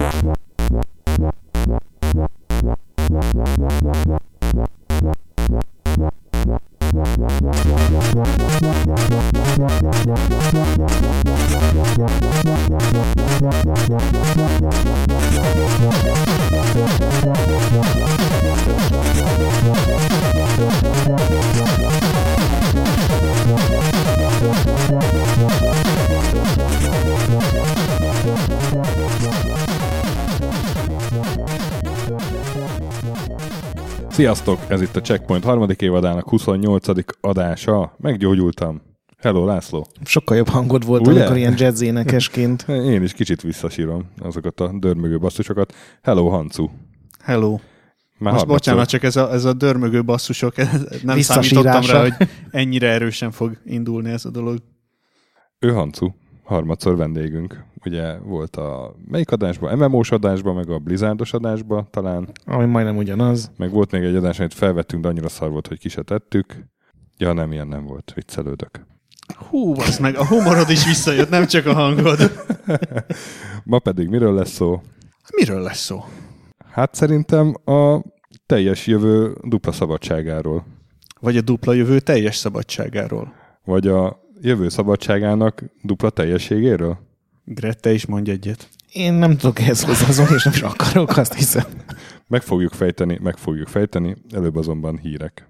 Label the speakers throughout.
Speaker 1: Sziasztok! Ez itt a Checkpoint harmadik évadának 28. adása. Meggyógyultam. Hello, László!
Speaker 2: Sokkal jobb hangod volt, ugye? Amikor ilyen jazz énekesként.
Speaker 1: Én is kicsit visszasírom azokat a dörmögő basszusokat. Hello, Hancu!
Speaker 3: Hello! Most bocsánat, csak ez a dörmögő basszusok, nem számítottam rá, hogy ennyire erősen fog indulni ez a dolog.
Speaker 1: Ő Hancu, harmadszor vendégünk. Ugye volt a melyik adásban? MMO-s adásban, meg a Blizzardos adásban talán.
Speaker 2: Ami majdnem ugyanaz.
Speaker 1: Meg volt még egy adás, amit felvettünk, de annyira szar volt, hogy ki se tettük. Ja, nem, ilyen nem volt. Viccelődök.
Speaker 3: Hú, basz meg, a humorod is visszajött, nem csak a hangod.
Speaker 1: Ma pedig miről lesz szó?
Speaker 3: Miről lesz szó?
Speaker 1: Hát szerintem a teljes jövő dupla szabadságáról.
Speaker 3: Vagy a dupla jövő teljes szabadságáról.
Speaker 1: Vagy a jövő szabadságának dupla teljességéről?
Speaker 3: Grette is mondj egyet.
Speaker 2: Én nem tudok ehhez hozzászólni, és nem is akarok, azt hiszem.
Speaker 1: Meg fogjuk fejteni, előbb azonban hírek.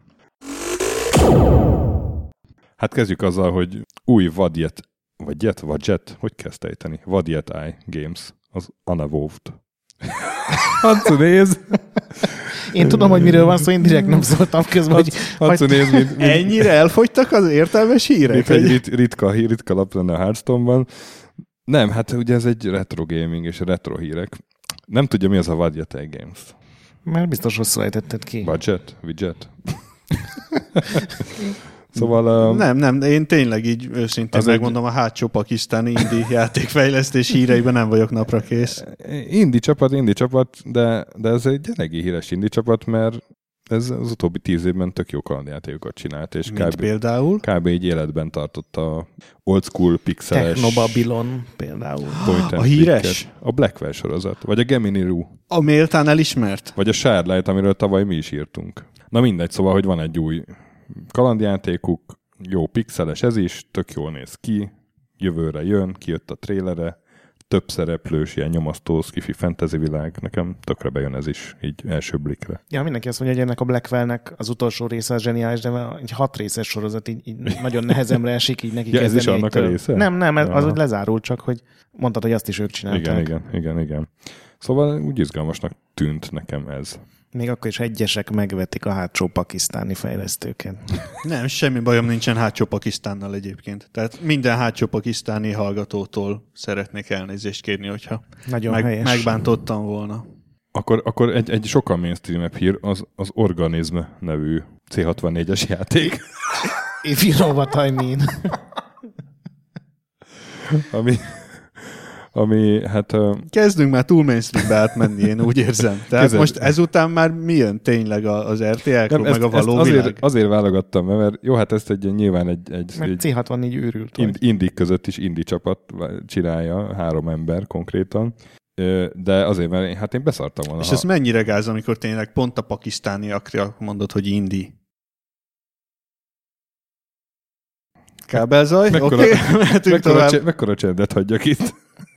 Speaker 1: Hát kezdjük azzal, hogy új Vadjet, hogy kezd ejteni? Vadjet Eye Games, az Unavoved. Hancu néz!
Speaker 2: Én tudom, hogy miről van szó, én direkt nem szóltam közben, hogy...
Speaker 1: Hancu néz, mint...
Speaker 3: Ennyire elfogytak az értelmes hírek?
Speaker 1: Egy ritka lap lenne a Hearthstone-ban. Nem, hát ugye ez egy retro gaming és retro hírek. Nem tudja, mi az a Vadjet Eye Games.
Speaker 2: Mert biztos rosszul ejtetted ki.
Speaker 1: Widget? Szóval...
Speaker 3: Nem, én tényleg így őszintén megmondom, a hátsó pakisztáni indie játékfejlesztés híreiben nem vagyok napra kész.
Speaker 1: Indie csapat, de ez egy elég híres indie csapat, mert ez az utóbbi 10 évben tök jó kalandjátékokat csinált, és
Speaker 3: például?
Speaker 1: Kb. Így életben tartotta old school pixeles...
Speaker 2: Technobabylon például.
Speaker 3: A híres?
Speaker 1: Picket, a Blackwell sorozat, vagy a Gemini Rue.
Speaker 3: A méltán elismert?
Speaker 1: Vagy a Shardlight, amiről tavaly mi is írtunk. Na mindegy, szóval, hogy van egy új kalandjátékuk, jó pixeles ez is, tök jól néz ki, jövőre jön, kijött a trélere, több szereplős, ilyen nyomasztó skifi fantasy világ, nekem tökre bejön ez is, így első blikre.
Speaker 2: Ja, mindenki azt mondja, hogy ennek a Blackwell-nek az utolsó része az zseniális, de egy 6 részes sorozat így nagyon nehezemre esik így neki
Speaker 1: ja,
Speaker 2: kezdeni.
Speaker 1: Ez is annak a része?
Speaker 2: Nem, az úgy lezárult, csak hogy mondtad, hogy azt is ők csinálták.
Speaker 1: Igen. Szóval úgy izgalmasnak tűnt nekem ez.
Speaker 2: Még akkor is egyesek megvetik a hátsó pakisztáni fejlesztőket.
Speaker 3: Nem, semmi bajom nincsen hátsó Pakisztánnal egyébként. Tehát minden hátsó pakisztáni hallgatótól szeretnék elnézést kérni, hogyha megbántottam volna.
Speaker 1: Akkor egy sokkal mainstream-ebb hír, az Organism nevű C64-es játék.
Speaker 2: If you know what I mean.
Speaker 1: Ami hát...
Speaker 3: Kezdünk már túl mainstreambe átmenni, én úgy érzem. Tehát most ezután már mi jön tényleg az RTL-kről, meg a való világ?
Speaker 1: Azért válogattam, mert jó, hát ezt nyilván egy
Speaker 2: C64 őrült.
Speaker 1: Indik között is indie csapat csinálja, 3 ember konkrétan. De azért, mert én beszartam volna.
Speaker 3: És ez mennyire gáz, amikor tényleg pont a pakisztániakra mondod, hogy indie? Kábelzaj? Oké, mehetünk tovább.
Speaker 1: Mekkora csendet hagyjak itt?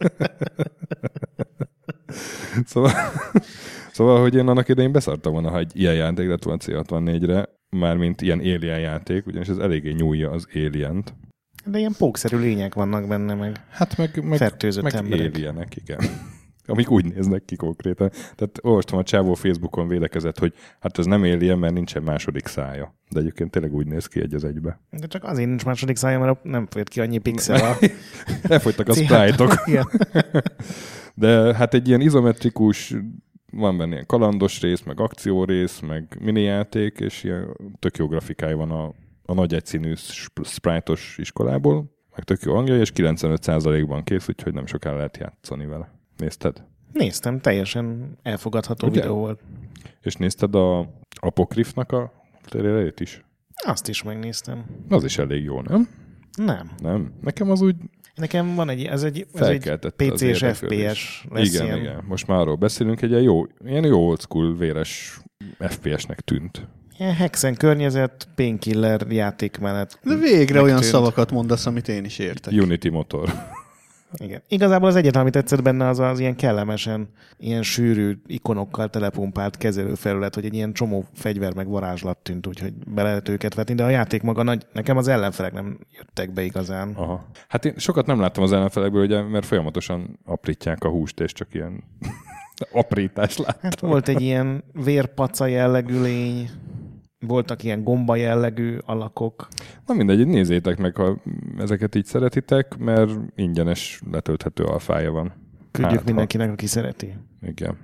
Speaker 1: Szóval, hogy én annak idején beszartam volna, ha egy ilyen játék lett volna C64-re, mármint ilyen Alien játék, ugyanis ez eléggé nyúlja az Alien-t.
Speaker 2: De ilyen pókszerű lények vannak benne, meg fertőzött emberek.
Speaker 1: Alienek, igen. Amik úgy néznek ki konkrétan. Tehát olvastam, a csávó Facebookon védekezett, hogy hát ez nem Alien, mert nincsen második szája. De egyébként tényleg úgy néz ki egy az egybe.
Speaker 2: De csak azért nincs második szája, mert nem folyt ki annyi pixel.
Speaker 1: Elfogytak a sprite-ok. De hát egy ilyen izometrikus, van benne ilyen kalandos rész, meg akciórész, meg minijáték, és ilyen tök jó grafikája van a nagy egyszínű sprite-os iskolából, meg tök jó hangja, és 95%-ban kész, úgyhogy nem sokára lehet játszani vele. Nézted?
Speaker 2: Néztem, teljesen elfogadható videó volt.
Speaker 1: És nézted a Apokryphnak a trailerét is?
Speaker 2: Azt is megnéztem.
Speaker 1: Az is elég jó, nem?
Speaker 2: Nem.
Speaker 1: Nem? Nekem az úgy...
Speaker 2: Nekem van ez egy PC-s FPS lesz.
Speaker 1: Igen. Most már arról beszélünk, egy ilyen jó old school véres FPS-nek tűnt.
Speaker 2: Ilyen Hexen környezet, painkiller játékmenet.
Speaker 3: De végre olyan szavakat mondasz, amit én is értek.
Speaker 1: Unity motor.
Speaker 2: Igen. Igazából az egyetlen, amit tetszett benne, az ilyen kellemesen, ilyen sűrű ikonokkal telepumpált kezelőfelület, hogy egy ilyen csomó fegyver meg varázslat tűnt, úgyhogy be lehet őket vetni, de a játék maga nekem az ellenfelek nem jöttek be igazán.
Speaker 1: Aha. Hát én sokat nem láttam az ellenfelekből, ugye, mert folyamatosan aprítják a húst, és csak ilyen aprítás láttam.
Speaker 2: Hát volt egy ilyen vérpaca jellegű lény, voltak ilyen gomba jellegű alakok.
Speaker 1: Na mindegy, nézzétek meg, ha ezeket így szeretitek, mert ingyenes letölthető alfája van.
Speaker 2: Küldjük mindenkinek, aki szereti.
Speaker 1: Igen.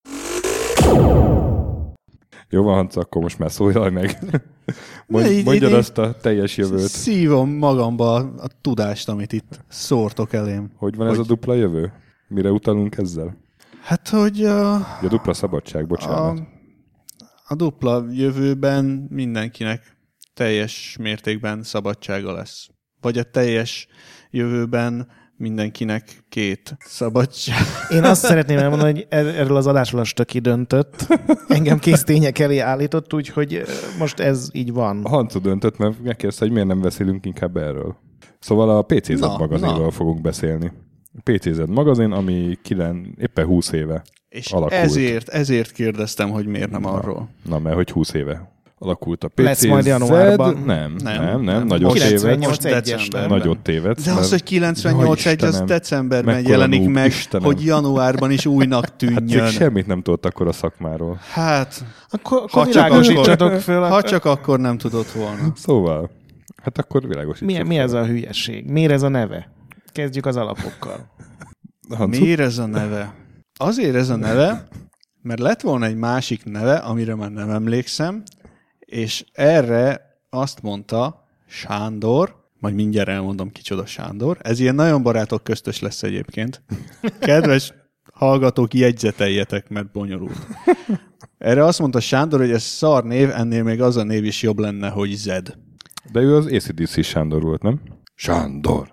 Speaker 1: Jó van, Hanca, akkor most már szóljál meg. Mondjad azt a teljes jövőt.
Speaker 3: Szívom magamba a tudást, amit itt szórtok elém.
Speaker 1: Hogy van ez a dupla jövő? Mire utalunk ezzel?
Speaker 3: Hát, hogy...
Speaker 1: A dupla szabadság, bocsánat.
Speaker 3: A dupla jövőben mindenkinek teljes mértékben szabadsága lesz. Vagy a teljes jövőben mindenkinek 2 szabadság.
Speaker 2: Én azt szeretném elmondani, hogy erről az adásról a Stöki döntött. Engem kész tények elé állított, úgyhogy most ez így van.
Speaker 1: Hancu döntött, mert megkérdezte, hogy miért nem beszélünk inkább erről. Szóval a PCZ magazinról fogunk beszélni. PCZ magazin, ami éppen 20 éve
Speaker 3: és
Speaker 1: alakult.
Speaker 3: ezért kérdeztem, hogy miért nem arról.
Speaker 1: Na, mert hogy 20 éve alakult a PCZ.
Speaker 2: Lesz majd januárban.
Speaker 1: Nem. Nagyot tévedsz. Nagyot tévedsz.
Speaker 3: De az, hogy 98-1 az decemberben jelenik meg, Istenem. Hogy januárban is újnak tűnjön.
Speaker 1: Hát semmit nem tudott akkor a szakmáról.
Speaker 3: Hát,
Speaker 2: akkor világosítsatok föl.
Speaker 3: Ha csak akkor nem tudott volna.
Speaker 1: Szóval, hát akkor világosítsatok.
Speaker 2: Mi ez a hülyeség? Miért ez a neve? Kezdjük az alapokkal.
Speaker 3: Miért ez a neve? Azért ez a neve, mert lett volna egy másik neve, amire már nem emlékszem, és erre azt mondta Sándor, majd mindjárt elmondom, kicsoda Sándor. Ez ilyen nagyon barátok köztös lesz egyébként. Kedves hallgatók, jegyzeteljetek, mert bonyolult. Erre azt mondta Sándor, hogy ez szar név, ennél még az a név is jobb lenne, hogy Zed.
Speaker 1: De ő az AC/DC Sándor volt, nem? Sándor.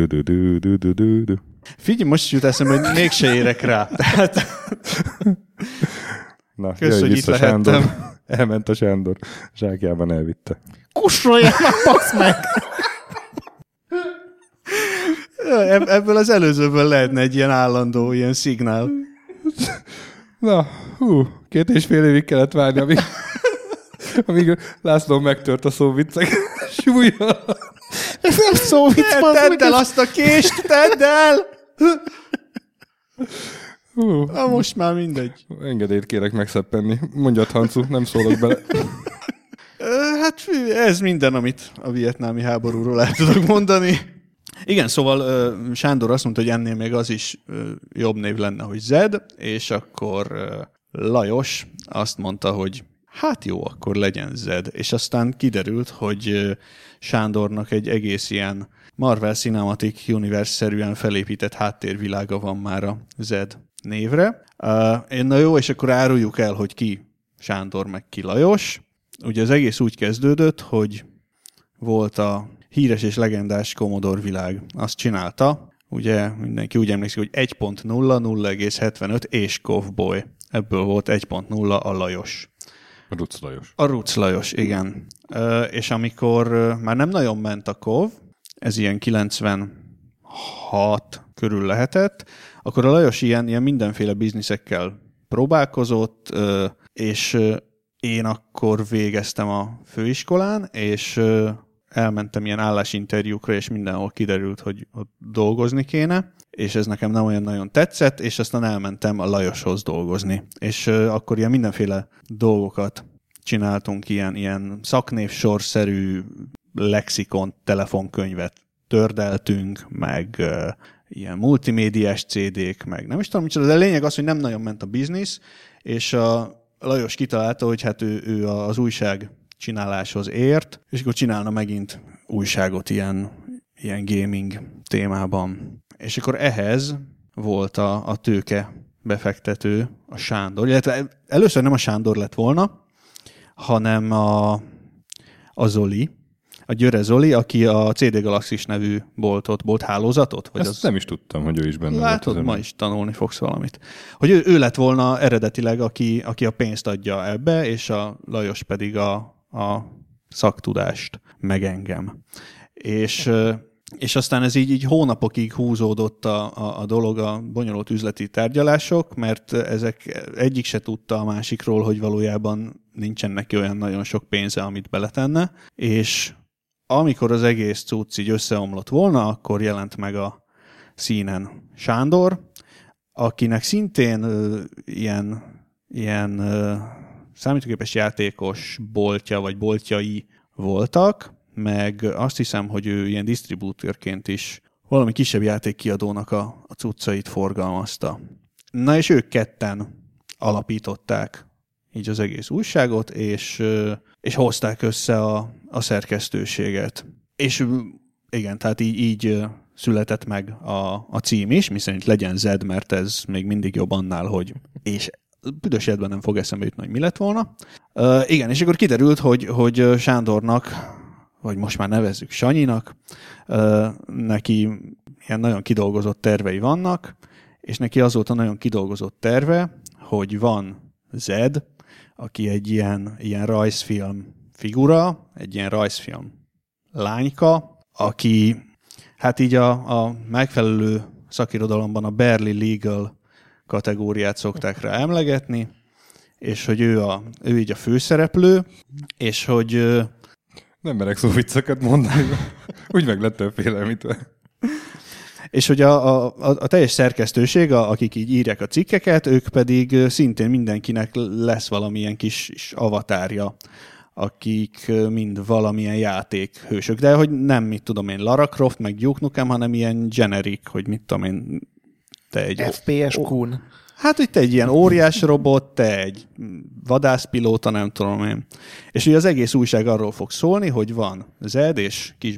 Speaker 3: Figyelj, most jut eszembe, hogy mégse érek rá. Tehát...
Speaker 1: Na, kösz, hogy itt lehettem. Elment a Sándor. Zsákjában elvitte.
Speaker 2: Kussolja már, basz meg!
Speaker 3: Ebből az előzőből lehetne egy ilyen állandó, ilyen szignál.
Speaker 1: Na, 2,5 évig kellett várni, amíg László megtört a szóviccek súlya.
Speaker 2: Ez nem szóvicc,
Speaker 3: tedd el azt a kést, tedd el! Most már mindegy.
Speaker 1: Engedélyt kérek megszeppenni. Mondjad, Hancu, nem szólok bele.
Speaker 3: Hát ez minden, amit a vietnámi háborúról el tudok mondani. Igen, szóval Sándor azt mondta, hogy ennél még az is jobb név lenne, hogy Zed, és akkor Lajos azt mondta, hogy hát jó, akkor legyen Zed. És aztán kiderült, hogy Sándornak egy egész ilyen Marvel Cinematic Universe-szerűen felépített háttérvilága van már a Zed névre. Na jó, és akkor áruljuk el, hogy ki Sándor, meg ki Lajos. Ugye az egész úgy kezdődött, hogy volt a híres és legendás Commodore világ. Azt csinálta, ugye mindenki úgy emlékszik, hogy 1.0, 0,75 és Cowboy. Ebből volt 1.0 a Lajos.
Speaker 1: A
Speaker 3: Rucz Lajos, igen. És amikor már nem nagyon ment a Cov, ez ilyen 96 körül lehetett, akkor a Lajos ilyen mindenféle bizniszekkel próbálkozott, és én akkor végeztem a főiskolán, és elmentem ilyen állásinterjúkra, és mindenhol kiderült, hogy ott dolgozni kéne, és ez nekem nem olyan nagyon tetszett, és aztán elmentem a Lajoshoz dolgozni. És akkor ilyen mindenféle dolgokat csináltunk, ilyen szaknévsorszerű lexikon, telefonkönyvet tördeltünk, meg ilyen multimédiás CD-k, meg nem is tudom micsoda, de a lényeg az, hogy nem nagyon ment a biznisz, és a Lajos kitalálta, hogy hát ő az újság csináláshoz ért, és akkor csinálna megint újságot ilyen gaming témában. És akkor ehhez volt a tőke befektető, a Sándor, illetve először nem a Sándor lett volna, hanem a Zoli, a Győre Zoli, aki a CD Galaxis nevű bolt hálózatot. Vagy
Speaker 1: ezt nem is tudtam, hogy ő is benne
Speaker 3: látod, volt. Ma is tanulni fogsz valamit. Hogy ő lett volna eredetileg, aki a pénzt adja ebbe, és a Lajos pedig a szaktudást, meg engem. És aztán ez így hónapokig húzódott a dolog, a bonyolult üzleti tárgyalások, mert ezek egyik se tudta a másikról, hogy valójában nincsen neki olyan nagyon sok pénze, amit beletenne, és amikor az egész cucc így összeomlott volna, akkor jelent meg a színen Sándor, akinek szintén ilyen számítógépes játékos boltja, vagy boltjai voltak, meg azt hiszem, hogy ő ilyen disztribútorként is valami kisebb játékkiadónak a cuccait forgalmazta. Na és ők ketten alapították így az egész újságot, és hozták össze a szerkesztőséget. És igen, tehát így született meg a cím is, miszerint legyen Zed, mert ez még mindig jobb annál, hogy és büdös életben nem fog eszembe jutni, hogy mi lett volna. Igen, és akkor kiderült, hogy Sándornak, vagy most már nevezzük Sanyinak, neki ilyen nagyon kidolgozott tervei vannak, és neki az volt a nagyon kidolgozott terve, hogy van Zed, aki egy ilyen rajzfilm figura, egy ilyen rajzfilm lányka, aki hát így a megfelelő szakirodalomban a barely legal kategóriát szokták rá emlegetni, és hogy ő így a főszereplő, és hogy
Speaker 1: nem merek szóvicceket mondani, úgy meg lettem félelmítve.
Speaker 3: És hogy a teljes szerkesztőség, akik így írják a cikkeket, ők pedig szintén mindenkinek lesz valamilyen kis avatárja, akik mind valamilyen játékhősök. De hogy nem, mit tudom én, Lara Croft, meg Duke Nukem, hanem ilyen generic, hogy mit tudom én, te egy...
Speaker 2: FPS-kun.
Speaker 3: Hát, hogy te egy ilyen óriás robot, te egy vadászpilóta, nem tudom én. És ugye az egész újság arról fog szólni, hogy van Zed és kis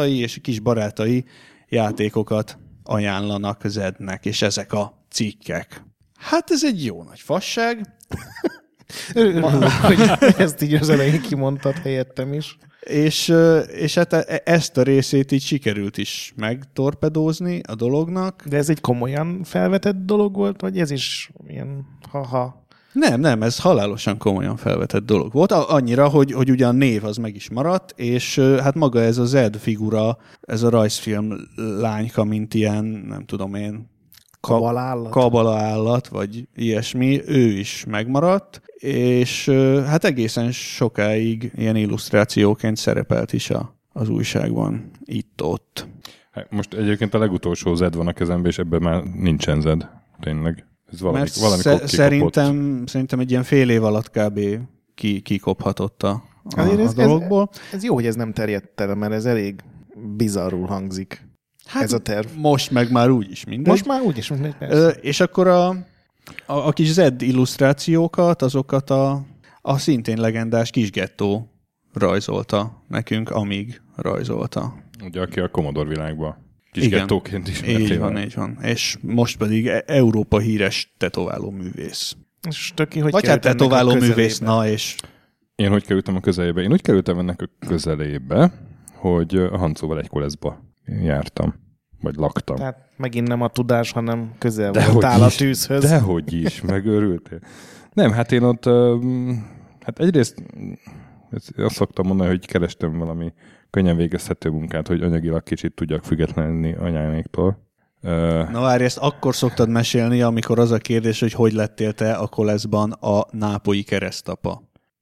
Speaker 3: barátai játékokat ajánlanak Zednek, és ezek a cikkek. Hát ez egy jó nagy fasság.
Speaker 2: Örülök, hogy ezt így az elején kimondtad helyettem is.
Speaker 3: És hát ezt a részét így sikerült is megtorpedózni a dolognak.
Speaker 2: De ez egy komolyan felvetett dolog volt, vagy ez is ilyen haha?
Speaker 3: Nem, ez halálosan komolyan felvetett dolog volt. Annyira, hogy ugye a név az meg is maradt, és hát maga ez a Zed figura, ez a rajzfilm lányka, mint ilyen, nem tudom én, kabala állat, vagy ilyesmi, ő is megmaradt, és hát egészen sokáig ilyen illusztrációként szerepelt is az újságban, itt-ott.
Speaker 1: Most egyébként a legutolsó Zed van a kezemben, és ebben már nincsen Zed, tényleg. Ez valami
Speaker 3: szerintem egy ilyen fél év alatt kb. Kikophatott a dologból.
Speaker 2: Ez jó, hogy ez nem terjedt el, mert ez elég bizarrul hangzik. Hát ez a terv.
Speaker 3: Most meg már úgyis mindegy.
Speaker 2: Most már úgyis mindegy, persze.
Speaker 3: És akkor a kis Zed illusztrációkat, azokat a szintén legendás Kis Gettó rajzolta nekünk, amíg rajzolta.
Speaker 1: Ugye, aki a Commodore világban Kis Gettóként is.
Speaker 3: Így van. És most pedig Európa híres tetováló művész.
Speaker 2: És töki, hogy
Speaker 3: vagy hát tetováló művész, na és...
Speaker 1: Én hogy kerültem a közelébe? Én úgy kerültem ennek a közelébe, hogy a Hancóval egy koleszba jártam, vagy laktam.
Speaker 2: Tehát megint nem a tudás, hanem közel voltál a tűzhöz.
Speaker 1: Dehogy is, megőrültél. Nem, hát én ott, hát egyrészt azt szoktam mondani, hogy kerestem valami könnyen végezhető munkát, hogy anyagilag kicsit tudjak függetlenni anyáméktól.
Speaker 3: Na várj, ezt akkor szoktad mesélni, amikor az a kérdés, hogy lettél te a koleszban a nápolyi keresztapa.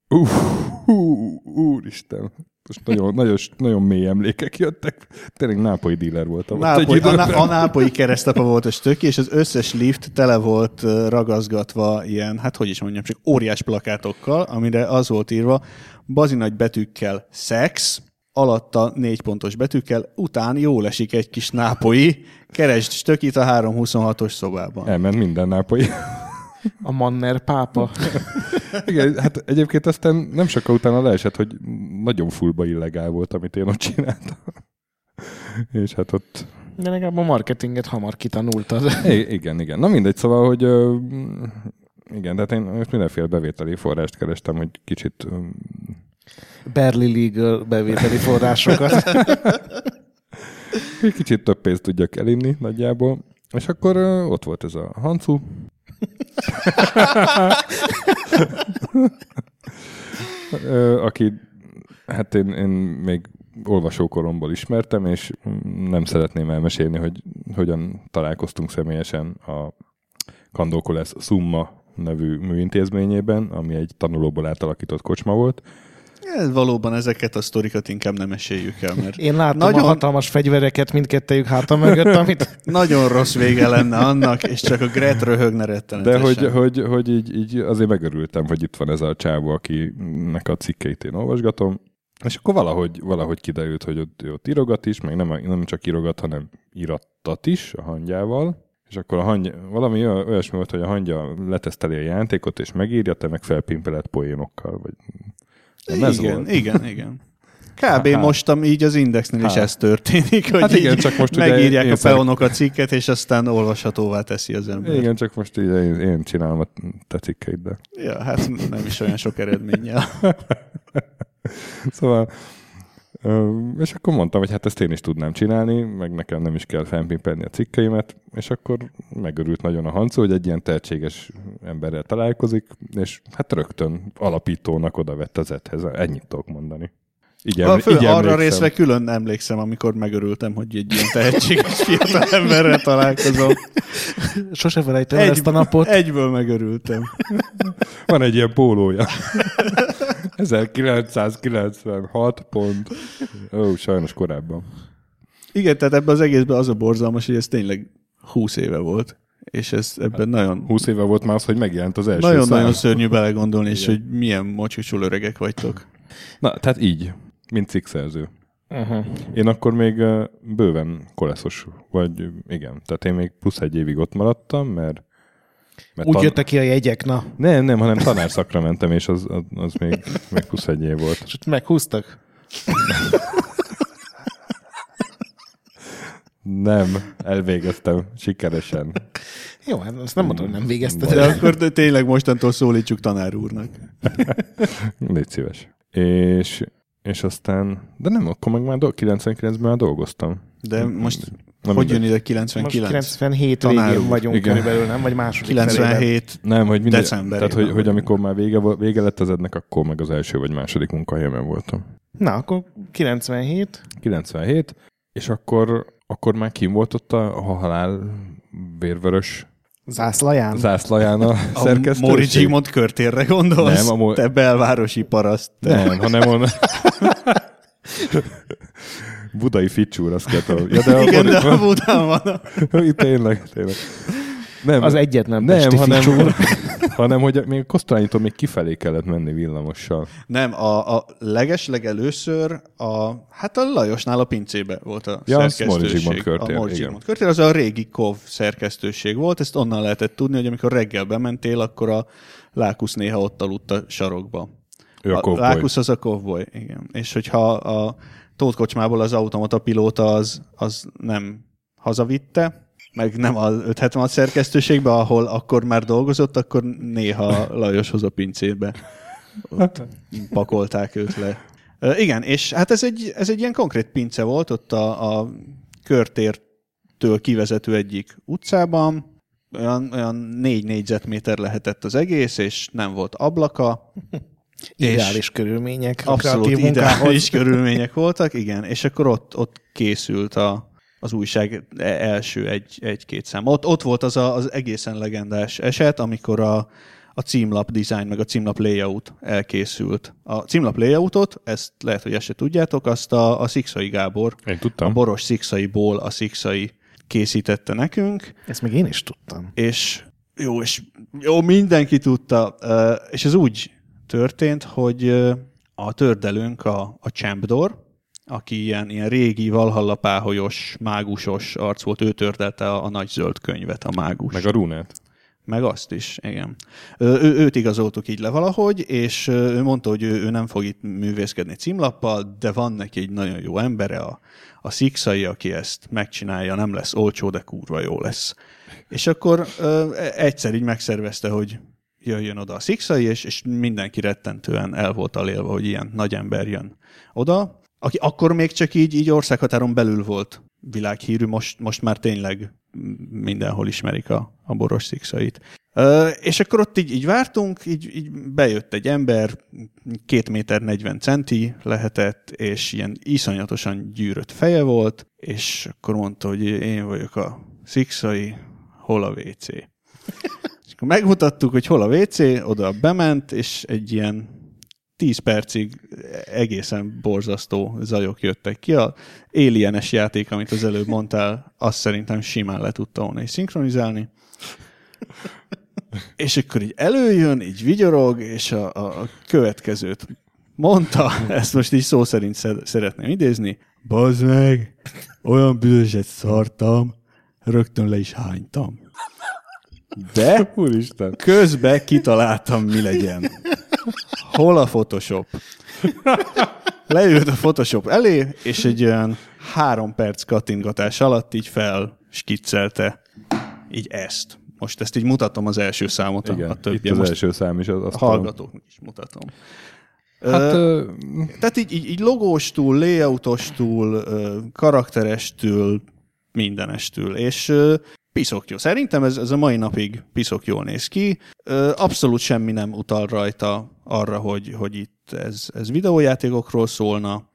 Speaker 1: Úristen. Most nagyon mély emlékek jöttek. Tényleg nápolyi díler voltam.
Speaker 3: A nápolyi keresztapa volt a stöki, és az összes lift tele volt ragaszgatva ilyen, hát hogy is mondjam, csak óriás plakátokkal, amire az volt írva, bazinagy betűkkel szex, alatta 4 pontos betűkkel, után jól esik egy kis nápolyi, keresd stökit a 326-os szobában.
Speaker 1: Elment minden nápolyi.
Speaker 2: A Manner pápa.
Speaker 1: Igen, hát egyébként aztán nem sokkal utána leesett, hogy nagyon fullba illegál volt, amit én ott csináltam. És hát ott...
Speaker 2: De legalább a marketinget hamar kitanultad.
Speaker 1: Igen. Na mindegy, szóval, hogy igen, tehát én mindenféle bevételi forrást kerestem, hogy kicsit
Speaker 2: Barely legal bevételi forrásokat.
Speaker 1: Kicsit több pénzt tudjak elinni nagyjából. És akkor ott volt ez a Hancu. Aki, hát én még olvasókoromból ismertem, és nem szeretném elmesélni, hogy hogyan találkoztunk személyesen a Kandókolász Summa nevű műintézményében, ami egy tanulóból átalakított kocsma volt.
Speaker 3: Valóban ezeket a sztorikat inkább nem eséljük el, mert
Speaker 2: én láttam a hatalmas fegyvereket mindkettejük háta mögött, amit...
Speaker 3: Nagyon rossz vége lenne annak, és csak a Gret röhögne rettenetesen.
Speaker 1: De hogy így azért megörültem, hogy itt van ez a csávó, akinek a cikkeit én olvasgatom, és akkor valahogy kiderült, hogy ott írogat is, meg nem csak írogat, hanem írattat is a hangyával, és akkor a hangya, valami olyasmi volt, hogy a hangya leteszteli a játékot, és megírja, te meg felpimpeled poénokkal, vagy...
Speaker 3: Igen. Kb. Most így az Indexnél is ez történik, hogy
Speaker 1: hát igen, csak most
Speaker 3: megírják a peonok a cikket, és aztán olvashatóvá teszi az ember.
Speaker 1: Igen, csak most így én csinálom a te cikkeiddel.
Speaker 3: Ja, hát nem is olyan sok eredménnyel.
Speaker 1: Szóval, és akkor mondtam, hogy hát ezt én is tudnám csinálni, meg nekem nem is kell felpimpelni a cikkeimet, és akkor megörült nagyon a Hancu, hogy egy ilyen tehetséges emberrel találkozik, és hát rögtön alapítónak oda vett az edhez. Ennyit tudok mondani.
Speaker 3: Arra részre külön emlékszem, amikor megörültem, hogy egy ilyen tehetséges fiatal emberrel találkozom.
Speaker 2: Sose felejtem ezt a napot.
Speaker 3: Egyből megörültem.
Speaker 1: Van egy ilyen pólója. 1996 pont. Sajnos korábban.
Speaker 3: Igen, tehát ebben az egészben az a borzalmas, hogy ez tényleg 20 éve volt. És ez ebben nagyon...
Speaker 1: 20 éve volt már az, hogy megjelent az első
Speaker 3: Nagyon szörnyű belegondolni, és hogy milyen mocsicsul öregek vagytok.
Speaker 1: Na, tehát így, mint cikkszerző. Én akkor még bőven koleszos, vagy igen, tehát én még plusz egy évig ott maradtam, mert
Speaker 2: úgy jöttek ki a jegyek, na.
Speaker 1: Nem, hanem tanárszakra mentem, és az még plusz egy év volt.
Speaker 2: És meghúztak?
Speaker 1: Nem, elvégeztem sikeresen.
Speaker 2: Jó, hát azt nem mondom, hogy nem végezted.
Speaker 3: De akkor tényleg mostantól szólítsuk tanár úrnak.
Speaker 1: Légy szíves. És aztán, de nem, akkor meg már 99-ben már dolgoztam.
Speaker 3: De most hogy jön ide 99?
Speaker 2: Most 97 végén vagyunk körülbelül, nem? Vagy második
Speaker 3: 97
Speaker 1: nem, hogy
Speaker 3: decemberében.
Speaker 1: Tehát, hogy amikor már vége lett az ednek, akkor meg az első vagy második munkahelyemen voltam.
Speaker 2: Na, akkor 97.
Speaker 1: 97, és akkor már kim volt ott a halál vérvörös zászlaján a szerkesztőség.
Speaker 3: Móri Zsigmond körtérre gondolsz? Nem, te belvárosi paraszt.
Speaker 1: Nem, hanem onnan... Budai Ficsúr, azt kell tudom. Ja,
Speaker 3: de a Budán van.
Speaker 1: Tényleg. Nem,
Speaker 2: az egyetlen pesti Ficsúr.
Speaker 1: hanem, hogy még Kosztolányitól még kifelé kellett menni villamossal.
Speaker 3: Nem, a legelőször a Lajosnál a pincébe volt a szerkesztőség.
Speaker 1: Móri Zsigmond körtér.
Speaker 3: A Móri Zsigmond körtér, az a régi KOV szerkesztőség volt, ezt onnan lehetett tudni, hogy amikor reggel bementél, akkor a Lákusz néha ott aludt a sarokba.
Speaker 1: A
Speaker 3: Lákusz az a kovboly, igen. És hogyha a Tóth kocsmából az automata pilóta az nem hazavitte, meg nem a 576 szerkesztőségbe, ahol akkor már dolgozott, akkor néha Lajoshoz a pincébe ott pakolták őt le. Igen, és hát ez egy ilyen konkrét pince volt ott a körtértől kivezető egyik utcában, olyan 4 négyzetméter lehetett az egész, és nem volt ablaka.
Speaker 2: Ideális körülmények.
Speaker 3: Abszolút ideális körülmények voltak, igen, és akkor ott készült az újság első egy-két szám. Ott volt az egészen legendás eset, amikor a címlap design, meg a címlap layout elkészült. A címlap layoutot, ezt lehet, hogy ezt se tudjátok, azt a Szikszai Gábor,
Speaker 1: én tudtam.
Speaker 3: A Boros Szikszaiból a Szikszai készítette nekünk.
Speaker 2: Ezt még én is tudtam.
Speaker 3: És jó, mindenki tudta, és ez úgy történt, hogy a tördelőnk a Champdor, aki ilyen régi Valhalla páholyos, mágusos arc volt, ő tördelte a nagy zöld könyvet, a mágus.
Speaker 1: Meg a Runát.
Speaker 3: Meg azt is, igen. Őt igazoltuk így le valahogy, és ő mondta, hogy ő nem fog itt művészkedni címlappal, de van neki egy nagyon jó embere, a Szikszai, aki ezt megcsinálja, nem lesz olcsó, de kurva jó lesz. És akkor egyszer így megszervezte, hogy jöjjön oda a Szikszai, és mindenki rettentően el volt alélve, hogy ilyen nagy ember jön oda, aki akkor még csak így országhatáron belül volt világhírű, most már tényleg mindenhol ismerik a Boros Szikszait. És akkor ott így vártunk, így bejött egy ember, 2 méter 40 centi lehetett, és ilyen iszonyatosan gyűrött feje volt, és akkor mondta, hogy én vagyok a Szikszai, hol a WC? És akkor megmutattuk, hogy hol a WC, oda bement, és egy ilyen 10 percig egészen borzasztó zajok jöttek ki. A Alien-es játék, amit az előbb mondtál, azt szerintem simán le tudta volna is szinkronizálni. És akkor így előjön, így vigyorog, és a következőt mondta, ezt most így szó szerint szeretném idézni. Bazd meg, olyan büdöset szartam, rögtön le is hánytam. De
Speaker 1: Úristen.
Speaker 3: közben kitaláltam, mi legyen. Hol a Photoshop? Leült a Photoshop elé, és egy olyan 3 perc kattintgatás alatt így felskiccelte így ezt. Most ezt így mutatom az első számot.
Speaker 1: Igen,
Speaker 3: a többi.
Speaker 1: itt az most első szám is. Azt
Speaker 3: hallgatóknak is mutatom.
Speaker 1: Hát,
Speaker 3: tehát így logóstól, layoutostól, karakterestől, mindenestől, és piszok jó. Szerintem ez a mai napig piszok jól néz ki. Abszolút semmi nem utal rajta arra, hogy itt ez videójátékokról szólna,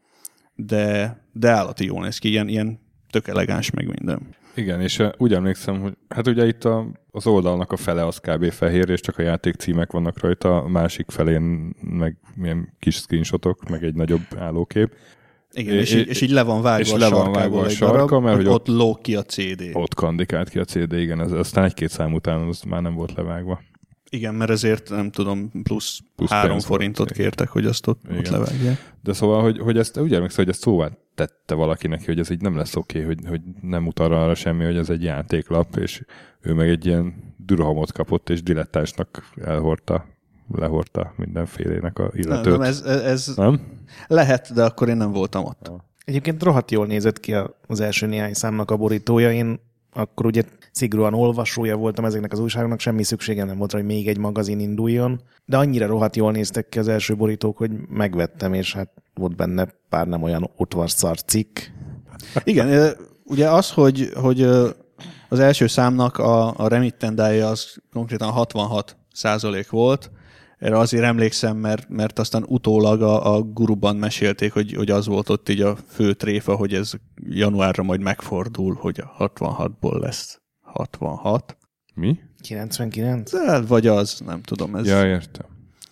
Speaker 3: de állati jól néz ki, ilyen tök elegáns meg minden.
Speaker 1: Igen, és úgy emlékszem, hogy hát ugye itt az oldalnak a fele az kb. Fehér, és csak a játék címek vannak rajta, a másik felén meg milyen kis screenshotok, meg egy nagyobb állókép.
Speaker 3: Igen, és így le van vágva a sarka,
Speaker 1: mert hogy
Speaker 3: ott lóg ki a CD.
Speaker 1: Ott kandikált ki a CD, igen, ez aztán 1-2 szám után az már nem volt levágva.
Speaker 3: Igen, mert ezért nem tudom, plusz 3 forintot volt, kértek, hogy azt ott levágják.
Speaker 1: De szóval, hogy ezt úgy emlékszem, hogy ezt szóvá tette valaki neki, hogy ez így nem lesz oké, hogy nem utal arra semmi, hogy ez egy játéklap, és ő meg egy ilyen dürhamot kapott, és dilettánsnak lehordta mindenfélének a illetőt.
Speaker 3: Nem, ez nem? Lehet, de akkor én nem voltam ott.
Speaker 2: Ja. Egyébként rohadt jól nézett ki az első néhány számnak a borítója. Én akkor ugye szigorúan olvasója voltam ezeknek az újságoknak, semmi szükségem nem volt, hogy még egy magazin induljon, de annyira rohadt jól néztek ki az első borítók, hogy megvettem, és hát volt benne pár nem olyan udvarszar cikk.
Speaker 3: Igen, ugye az, hogy az első számnak a remittendája az konkrétan 66% volt, erre azért emlékszem, mert aztán utólag a guruban mesélték, hogy az volt ott így a fő tréfa, hogy ez januárra majd megfordul, hogy a 66-ból lesz 66.
Speaker 1: Mi?
Speaker 2: 99?
Speaker 3: De, vagy az, nem tudom. Ez.
Speaker 1: Ja, értem.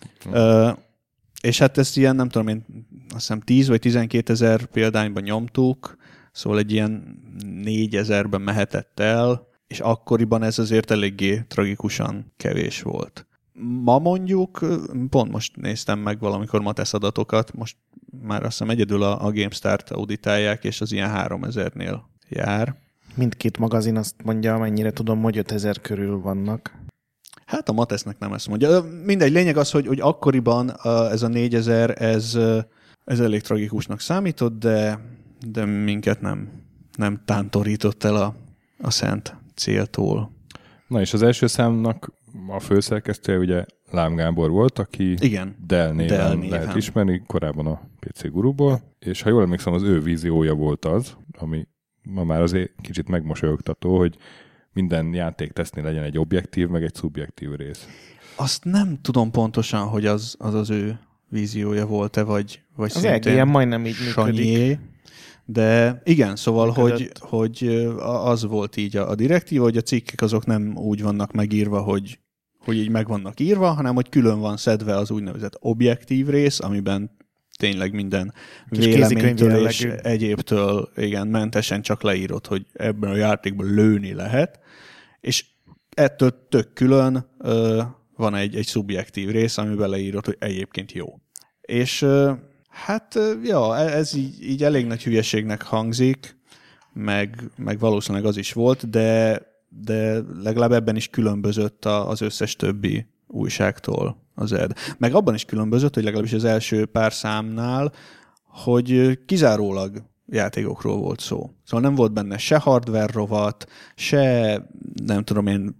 Speaker 3: És hát ezt ilyen, nem tudom én, azt hiszem 10 vagy 12 ezer példányban nyomtuk, szóval egy ilyen 4000-ben mehetett el, és akkoriban ez azért eléggé tragikusan kevés volt. Ma mondjuk, pont most néztem meg valamikor Matesz adatokat, most már azt hiszem egyedül a GameStart auditálják, és az ilyen 3000-nél jár.
Speaker 2: Mindkét magazin azt mondja, mennyire tudom, hogy 5000 körül vannak.
Speaker 3: Hát a Matesznek nem ezt mondja. Mindegy, lényeg az, hogy akkoriban ez a 4000, ez elég tragikusnak számított, de minket nem tántorított el a szent céltól.
Speaker 1: Na és az első számnak a főszerkesztője ugye Lám Gábor volt, aki Dell néven lehet ismerni, korábban a PC Guruból, és ha jól emlékszem, az ő víziója volt az, ami ma már azért kicsit megmosolyogtató, hogy minden játéktesztnél legyen egy objektív, meg egy szubjektív rész.
Speaker 3: Azt nem tudom pontosan, hogy az ő víziója volt-e, vagy
Speaker 2: az szintén majdnem így működik.
Speaker 3: De igen, szóval, hogy az volt így a direktíva, hogy a cikkek azok nem úgy vannak megírva, hogy így meg vannak írva, hanem hogy külön van szedve az úgynevezett objektív rész, amiben tényleg minden véleménytől és egyébtől mentesen csak leírod, hogy ebben a játékban lőni lehet, és ettől tök külön van egy szubjektív rész, amiben leírod, hogy egyébként jó. És hát, ja, ez így elég nagy hülyeségnek hangzik, meg valószínűleg az is volt, de legalább ebben is különbözött az összes többi újságtól az ED. Meg abban is különbözött, hogy legalábbis az első pár számnál, hogy kizárólag játékokról volt szó. Szóval nem volt benne se hardware rovat, se nem tudom én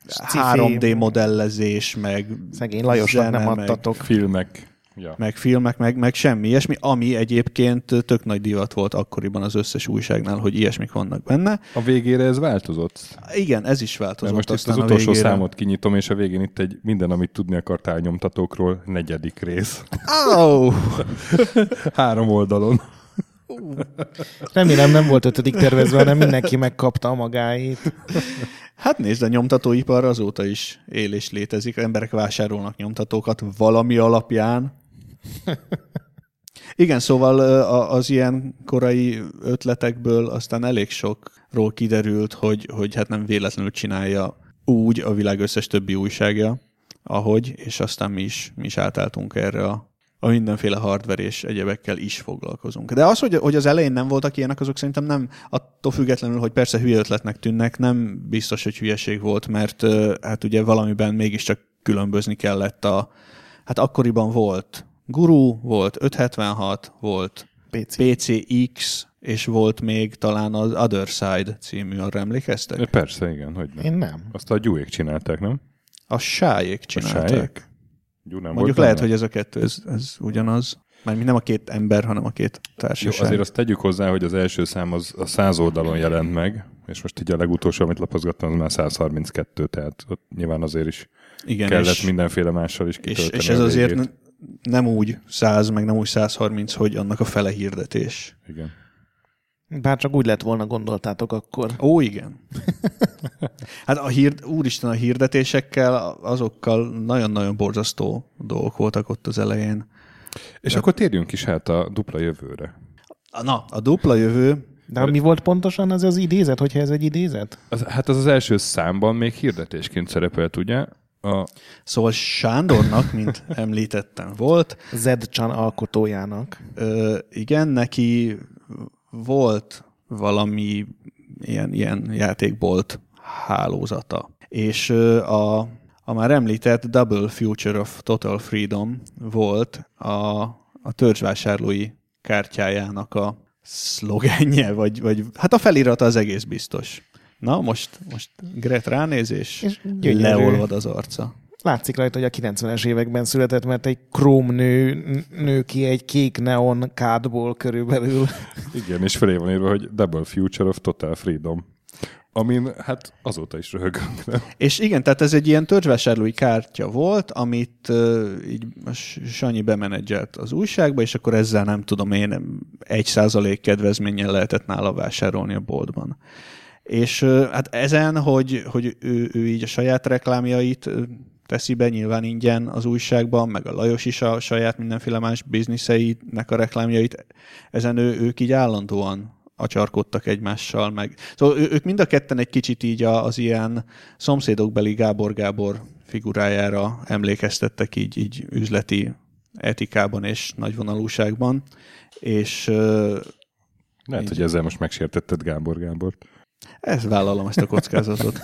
Speaker 3: 3D modellezés, meg
Speaker 2: szegény Lajosnak nem adtatok.
Speaker 1: Filmek. Ja.
Speaker 3: Meg filmek, meg semmi ilyesmi, ami egyébként tök nagy divat volt akkoriban az összes újságnál, hogy ilyesmik vannak benne.
Speaker 1: A végére ez változott?
Speaker 3: Igen, ez is változott.
Speaker 1: Most itt az utolsó számot kinyitom, és a végén itt egy minden, amit tudni akartál nyomtatókról, 4. rész.
Speaker 3: Oh!
Speaker 1: 3 oldalon.
Speaker 2: Remélem nem volt 5. tervezve, hanem mindenki megkapta a magáit.
Speaker 3: Hát nézd, a nyomtatóipar azóta is él és létezik. Emberek vásárolnak nyomtatókat valami alapján. Igen, szóval az ilyen korai ötletekből aztán elég sokról kiderült, hogy hát nem véletlenül csinálja úgy a világ összes többi újságja, ahogy, és aztán mi is átálltunk erre a mindenféle hardware és egyebekkel is foglalkozunk. De az, hogy az elején nem voltak ilyenek, azok szerintem nem, attól függetlenül, hogy persze hülye ötletnek tűnnek, nem biztos, hogy hülyeség volt, mert hát ugye valamiben mégiscsak különbözni kellett hát akkoriban volt Guru, volt 576, volt PCX, és volt még talán az Other Side című, arra emlékeztek?
Speaker 1: Persze, igen, hogy nem.
Speaker 2: Én nem.
Speaker 1: Azt a Gyúék csinálták, nem?
Speaker 3: A Sájék csinálták.
Speaker 1: Mondjuk
Speaker 3: lehet, hogy ez a kettő, ez ugyanaz. Mert nem a 2 ember, hanem a 2 társaság.
Speaker 1: Jó, azért azt tegyük hozzá, hogy az első szám az a 100 oldalon jelent meg, és most így a legutolsó, amit lapozgattam, az már 132, tehát ott nyilván azért is igen, kellett mindenféle mással is kitölteni.
Speaker 3: És ez azért nem úgy 100, meg nem úgy 130, hogy annak a fele hirdetés.
Speaker 1: Igen.
Speaker 2: Bár csak úgy lett volna, gondoltátok akkor.
Speaker 3: Ó, igen. Hát úristen, a hirdetésekkel, azokkal nagyon-nagyon borzasztó dolgok voltak ott az elején.
Speaker 1: És akkor térjünk is hát a dupla jövőre.
Speaker 3: Na, a dupla jövő...
Speaker 2: De mi volt pontosan az idézet, hogyha ez egy idézet?
Speaker 1: Hát az első számban még hirdetésként szerepelt, ugye?
Speaker 3: Szóval Sándornak, mint említettem, volt.
Speaker 2: Zed-chan alkotójának.
Speaker 3: Igen, neki volt valami ilyen játékbolt hálózata. És a már említett Double Future of Total Freedom volt a törzsvásárlói kártyájának a szlogenje, vagy hát a felirata az egész biztos. Na, most Gret ránéz, és leolvad az arca.
Speaker 2: Látszik rajta, hogy a 90-es években született, mert egy króm nő ki egy kék neon kádból körülbelül.
Speaker 1: Igen, és felé van írva, hogy Double Future of Total Freedom. Amin hát azóta is röhögünk, nem? És
Speaker 3: igen, tehát ez egy ilyen törzsvásárlói kártya volt, amit így Sanyi bemenedzselt az újságba, és akkor ezzel nem tudom én 1% kedvezménnyel lehetett nála vásárolni a boltban. És hát ezen, hogy ő így a saját reklámjait teszi be nyilván ingyen az újságban, meg a Lajos is a saját mindenféle más bizniszeinek a reklámjait, ezen ők így állandóan acsarkodtak egymással, meg. Szóval ők mind a ketten egy kicsit így az ilyen szomszédokbeli Gábor figurájára emlékeztettek így üzleti etikában és nagyvonalúságban, és
Speaker 1: lehet, így, hogy ezzel most megsértetted Gábort.
Speaker 3: Ezt vállalom, ezt a kockázatot.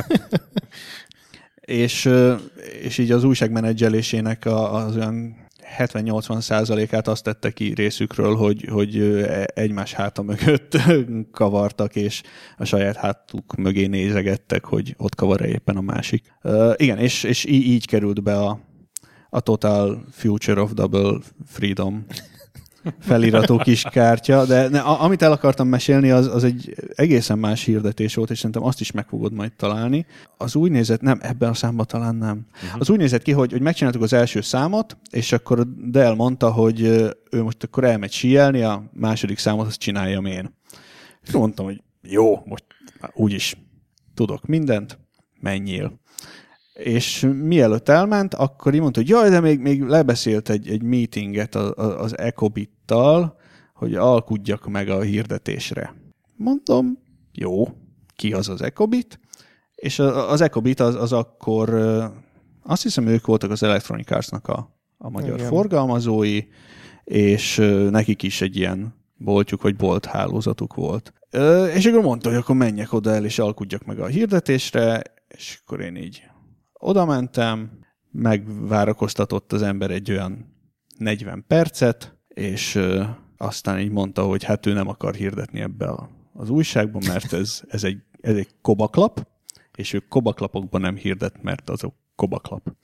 Speaker 3: és így az újságmenedzselésének az olyan 70-80%-át azt tette ki részükről, hogy egymás háta mögött kavartak, és a saját hátuk mögé nézegettek, hogy ott kavar-e éppen a másik. Igen, és így került be a Total Future of Double Freedom feliratú kis kártya, de amit el akartam mesélni, az egy egészen más hirdetés volt, és szerintem azt is meg fogod majd találni. Az úgy nézett, nem, ebben a számban talán nem. Az úgy nézett ki, hogy megcsináltuk az első számot, és akkor Dell mondta, hogy ő most akkor elmegy síelni, a második számot azt csináljam én. És mondtam, hogy jó, most úgyis tudok mindent, menjél. És mielőtt elment, akkor így mondta, hogy jaj, de még lebeszélt egy meetinget az Ecobit-tal, hogy alkudjak meg a hirdetésre. Mondom, jó, ki az Ecobit? És az Ecobit az akkor, azt hiszem ők voltak az Electronic Arts-nak a magyar forgalmazói, és nekik is egy ilyen boltjuk, vagy bolt hálózatuk volt. És akkor mondta, hogy akkor menjek oda el, és alkudjak meg a hirdetésre, és akkor én így oda mentem, megvárakoztatott az ember egy olyan 40 percet, és aztán így mondta, hogy hát ő nem akar hirdetni ebbe az újságban, mert ez egy kobaklap, és ő kobaklapokban nem hirdet, mert azok kobaklap.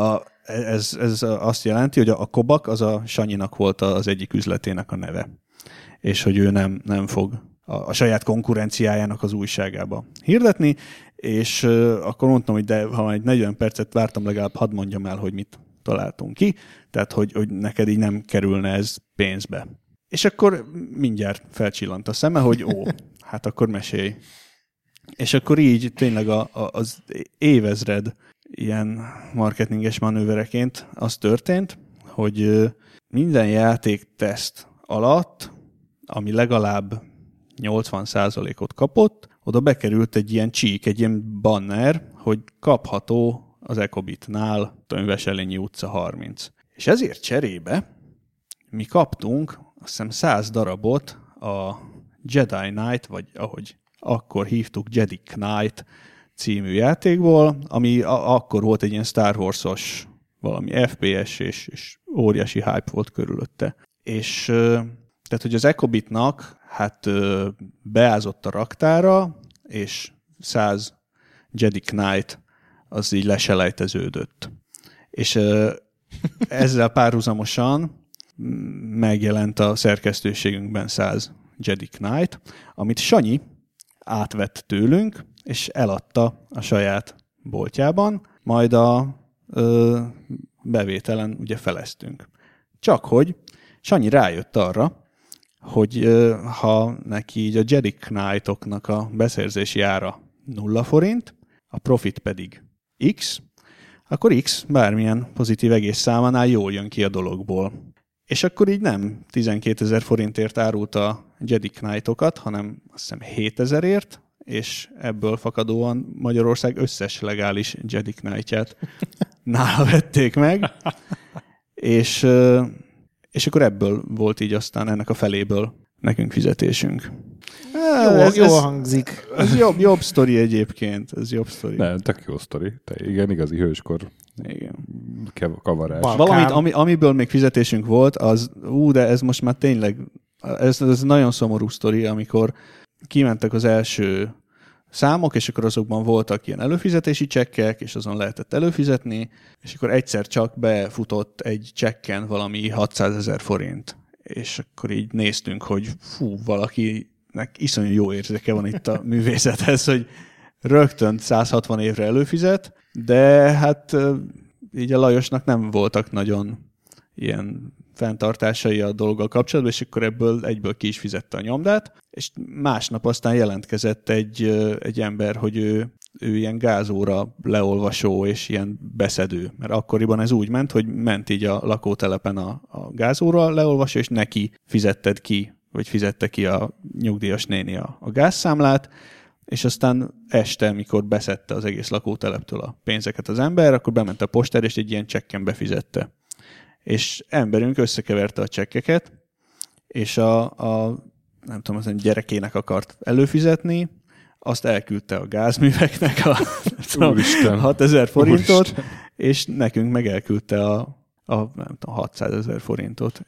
Speaker 3: Ez azt jelenti, hogy a kobak az a Sanyinak volt az egyik üzletének a neve, és hogy ő nem fog a saját konkurenciájának az újságába hirdetni, és akkor mondtam, hogy de ha egy 40 percet vártam, legalább hadd mondjam el, hogy mit találtunk ki, tehát hogy neked így nem kerülne ez pénzbe. És akkor mindjárt felcsillant a szeme, hogy hát akkor mesélj. És akkor így tényleg az évezred ilyen marketinges manővereként az történt, hogy minden játékteszt alatt, ami legalább 80%-ot kapott, oda bekerült egy ilyen csík, egy ilyen banner, hogy kapható az Ecobitnál Veselényi utca 30. És ezért cserébe mi kaptunk azt hiszem 100 darabot a Jedi Knight, vagy ahogy akkor hívtuk, Jedi Knight című játékból, ami akkor volt egy ilyen Star Wars-os valami FPS, és óriási hype volt körülötte. És tehát, hogy az Ecobitnak hát beázott a raktára, és 100 Jedi Knight az így leselejteződött. És ezzel párhuzamosan megjelent a szerkesztőségünkben 100 Jedi Knight, amit Sanyi átvett tőlünk, és eladta a saját boltjában, majd a bevételen ugye feleztünk. Csak hogy Sanyi rájött arra, hogy ha neki így a Jedi Knight-oknak a beszerzési ára 0 forint, a profit pedig X, akkor X bármilyen pozitív egész számánál jól jön ki a dologból. És akkor így nem 12 000 forintért árult a Jedi Knight-okat, hanem azt hiszem 7 000-ért, és ebből fakadóan Magyarország összes legális Jedi Knight-ját nála vették meg, és akkor ebből volt így aztán ennek a feléből nekünk fizetésünk.
Speaker 2: Jó hangzik.
Speaker 3: Ez jobb sztori egyébként. Ez jobb sztori.
Speaker 1: Nem, tök jó sztori. Igen, igazi hőskor.
Speaker 3: Igen.
Speaker 1: Kavarás.
Speaker 3: Valamit, amiből még fizetésünk volt, az, de ez most már tényleg, ez nagyon szomorú sztori, amikor kimentek az első számok, és akkor azokban voltak ilyen előfizetési csekkek, és azon lehetett előfizetni, és akkor egyszer csak befutott egy csekken valami 600 000 forint. És akkor így néztünk, hogy valakinek iszonyú jó érzéke van itt a művészethez, hogy rögtön 160 évre előfizet, de hát így a Lajosnak nem voltak nagyon ilyen fenntartásai a dologgal kapcsolatban, és akkor ebből egyből ki is fizette a nyomdát, és másnap aztán jelentkezett egy ember, hogy ő ilyen gázóra leolvasó és ilyen beszedő. Mert akkoriban ez úgy ment, hogy ment így a lakótelepen a gázóra leolvasó, és neki fizetted ki, vagy fizette ki a nyugdíjas néni a gázszámlát, és aztán este, mikor beszedte az egész lakóteleptől a pénzeket az ember, akkor bement a postára, és egy ilyen csekken befizette. És emberünk összekeverte a csekkeket, és nem tudom, az gyerekének akart előfizetni, azt elküldte a gázműveknek a 6000 forintot, Úristen. És nekünk meg elküldte a nem tudom, 600 000 forintot.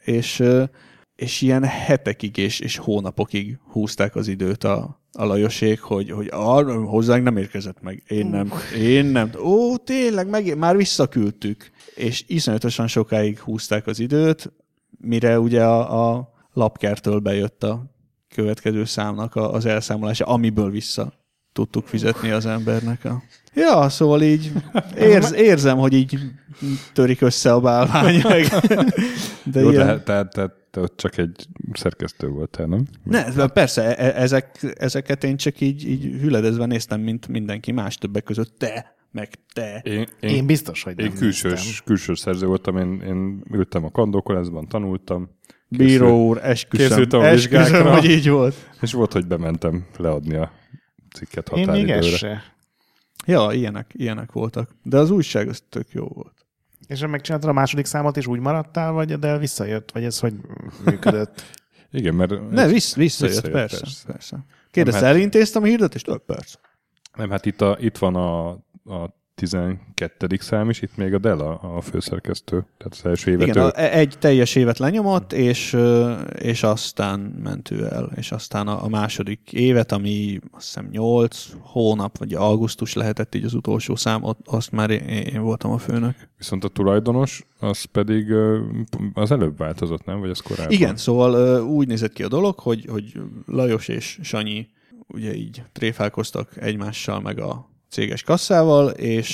Speaker 3: És ilyen hetekig és hónapokig húzták az időt a Lajosék, hogy hozzánk nem érkezett meg. Én nem. Ó, tényleg, már visszaküldtük. És iszonyatosan sokáig húzták az időt, mire ugye a lapkertől bejött a következő számnak az elszámolása, amiből vissza tudtuk fizetni az embernek. Ja, szóval így érzem, hogy így törik össze a bálvány. De
Speaker 1: jó, te ott csak egy szerkesztő voltál, nem?
Speaker 3: Ne, persze, ezeket én csak így hüledezve néztem, mint mindenki más, többek között te, meg te.
Speaker 2: Én biztos, hogy nem.
Speaker 1: Én külsős szerző voltam, én ültem a kandókolázban, tanultam.
Speaker 3: Bíró úr, esküszöm, hogy így volt.
Speaker 1: És volt, hogy bementem leadni a cikket határidőre.
Speaker 2: Én még ez se.
Speaker 3: Ja, ilyenek voltak. De az újság az tök jó volt.
Speaker 2: És megcsináltad a második számot, és úgy maradtál, de visszajött? Vagy ez hogy működött?
Speaker 1: Igen, mert...
Speaker 3: Ne, visszajött, persze. Kérdezte, elintéztem a hirdetést? Persze.
Speaker 1: Nem, hát itt van a 12. szám is, itt még a Dell a főszerkesztő, tehát az első évet.
Speaker 3: Igen, egy teljes évet lenyomott, és aztán ment ő el, és aztán a második évet, ami azt hiszem 8 hónap, vagy augusztus lehetett így az utolsó szám, azt már én voltam a főnök.
Speaker 1: Viszont a tulajdonos, az pedig az előbb változott, nem? Vagy az korábban?
Speaker 3: Igen, szóval úgy nézett ki a dolog, hogy Lajos és Sanyi ugye így tréfálkoztak egymással, meg a céges kasszával,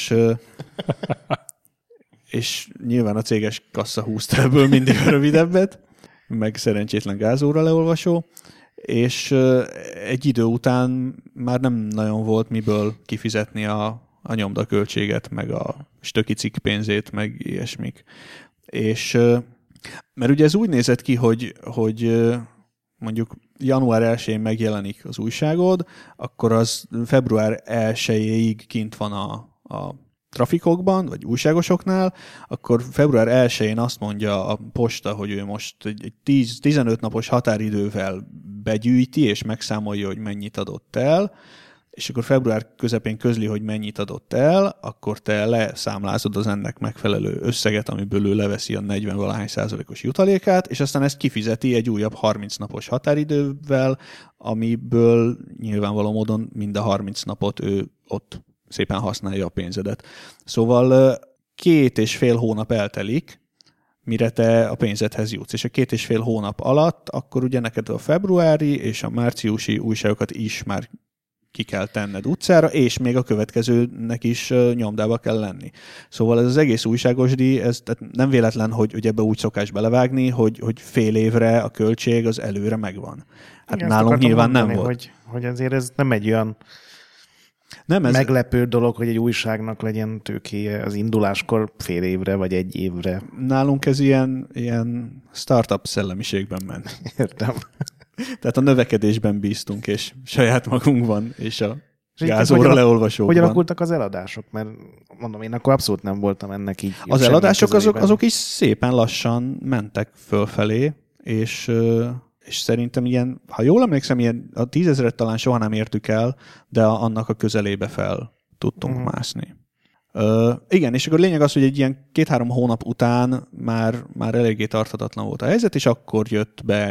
Speaker 3: és nyilván a céges kassa húzta ebből mindig a rövidebbet, meg szerencsétlen gázóra leolvasó, és egy idő után már nem nagyon volt miből kifizetni a nyomdaköltséget, meg a stöki cikk pénzét, meg ilyesmik. És mert ugye ez úgy nézett ki, hogy mondjuk január 1-én megjelenik az újságod, akkor az február 1-ig kint van a trafikokban, vagy újságosoknál, akkor február 1-én azt mondja a posta, hogy ő most egy 15 napos határidővel begyűjti, és megszámolja, hogy mennyit adott el, és akkor február közepén közli, hogy mennyit adott el, akkor te leszámlázod az ennek megfelelő összeget, amiből ő leveszi a 40-valahány% jutalékát, és aztán ezt kifizeti egy újabb 30 napos határidővel, amiből nyilvánvaló módon mind a 30 napot ő ott szépen használja a pénzedet. Szóval 2,5 hónap eltelik, mire te a pénzedhez jutsz. És a 2,5 hónap alatt akkor ugye neked a februári és a márciusi újságokat is már ki kell tenned utcára, és még a következőnek is nyomdába kell lenni. Szóval ez az egész újságos díj, ez tehát nem véletlen, hogy ebbe úgy szokás belevágni, hogy fél évre a költség az előre megvan. Hát igen, nálunk nyilván mondani, nem volt.
Speaker 2: Hogy azért ez nem egy olyan meglepő dolog, hogy egy újságnak legyen tőkéje az induláskor fél évre, vagy egy évre.
Speaker 3: Nálunk ez ilyen startup szellemiségben ment.
Speaker 2: Értem.
Speaker 3: Tehát a növekedésben bíztunk, és saját magunkban, és a gázóra leolvasókban.
Speaker 2: Hogy alakultak az eladások? Mert mondom, én akkor abszolút nem voltam ennek így.
Speaker 3: Az eladások azok is szépen lassan mentek fölfelé, és szerintem ilyen, ha jól emlékszem, ilyen a 10 000-et talán soha nem értük el, de annak a közelébe fel tudtunk mászni. Igen, és akkor lényeg az, hogy egy ilyen 2-3 hónap után már eléggé tarthatatlan volt a helyzet, és akkor jött be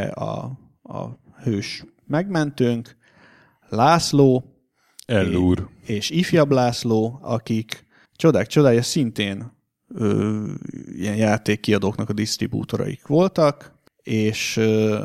Speaker 3: a hős megmentőnk, László,
Speaker 1: Ellúr
Speaker 3: és ifjabb László, akik csodák csodája szintén ilyen játékkiadóknak a disztribútoraik voltak, és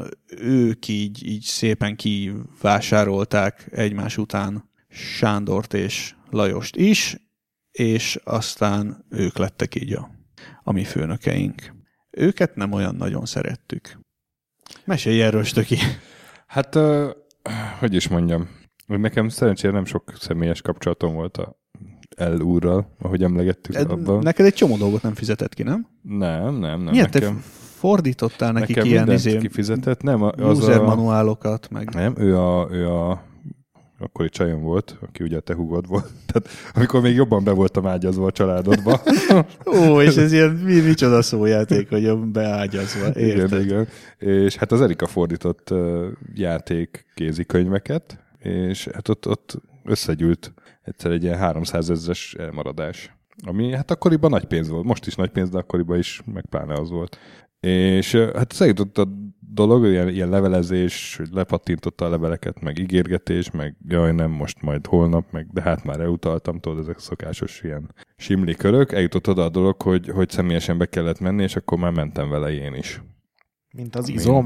Speaker 3: ők így szépen kivásárolták egymás után Sándort és Lajost is, és aztán ők lettek így a mi főnökeink. Őket nem olyan nagyon szerettük. Mesélj erről, Stöki.
Speaker 1: Hát, hogy is mondjam, nekem szerencsére nem sok személyes kapcsolatom volt a L úrral, ahogy emlegettük abban.
Speaker 3: Neked egy csomó dolgot nem fizetett ki, nem?
Speaker 1: Nem.
Speaker 3: Miért nekem, te fordítottál nekik
Speaker 1: nekem
Speaker 3: ilyen
Speaker 1: kifizetett? Nem,
Speaker 3: user manuálokat, meg...
Speaker 1: Nem, ő a akkori csajom volt, aki ugye a te húgod volt. Tehát amikor még jobban be voltam ágyazva a családodba.
Speaker 3: Ó, és ez ilyen micsoda szójáték, hogy beágyazva. Érted?
Speaker 1: Igen. És hát az Erika fordított játék kézikönyveket, és hát ott összegyűlt egyszer egy ilyen 300 000-es elmaradás. Ami hát akkoriban nagy pénz volt. Most is nagy pénz, de akkoriban is meg pláne az volt. És hát összejutott a dolog, ilyen levelezés, hogy lepattintotta a leveleket, meg ígérgetés, meg jaj nem, most majd holnap, meg de hát már elutaltam, tudod, ezek a szokásos ilyen simli körök. Eljutott oda a dolog, hogy személyesen be kellett menni, és akkor már mentem vele én is.
Speaker 2: Mint az izom.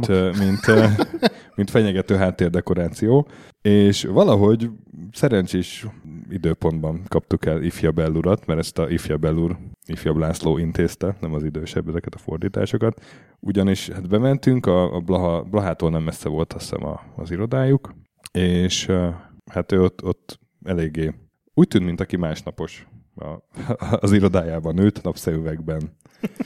Speaker 1: Mint fenyegető háttérdekoráció. És valahogy szerencsés időpontban kaptuk el ifjabb Ellurat, mert ezt a ifjabb László intézte, nem az idősebb ezeket a fordításokat. Ugyanis hát bementünk, a Blahától nem messze volt azt hiszem az irodájuk, és hát ő ott eléggé úgy tűnt, mint aki másnapos az irodájában ült, napszemüvegben.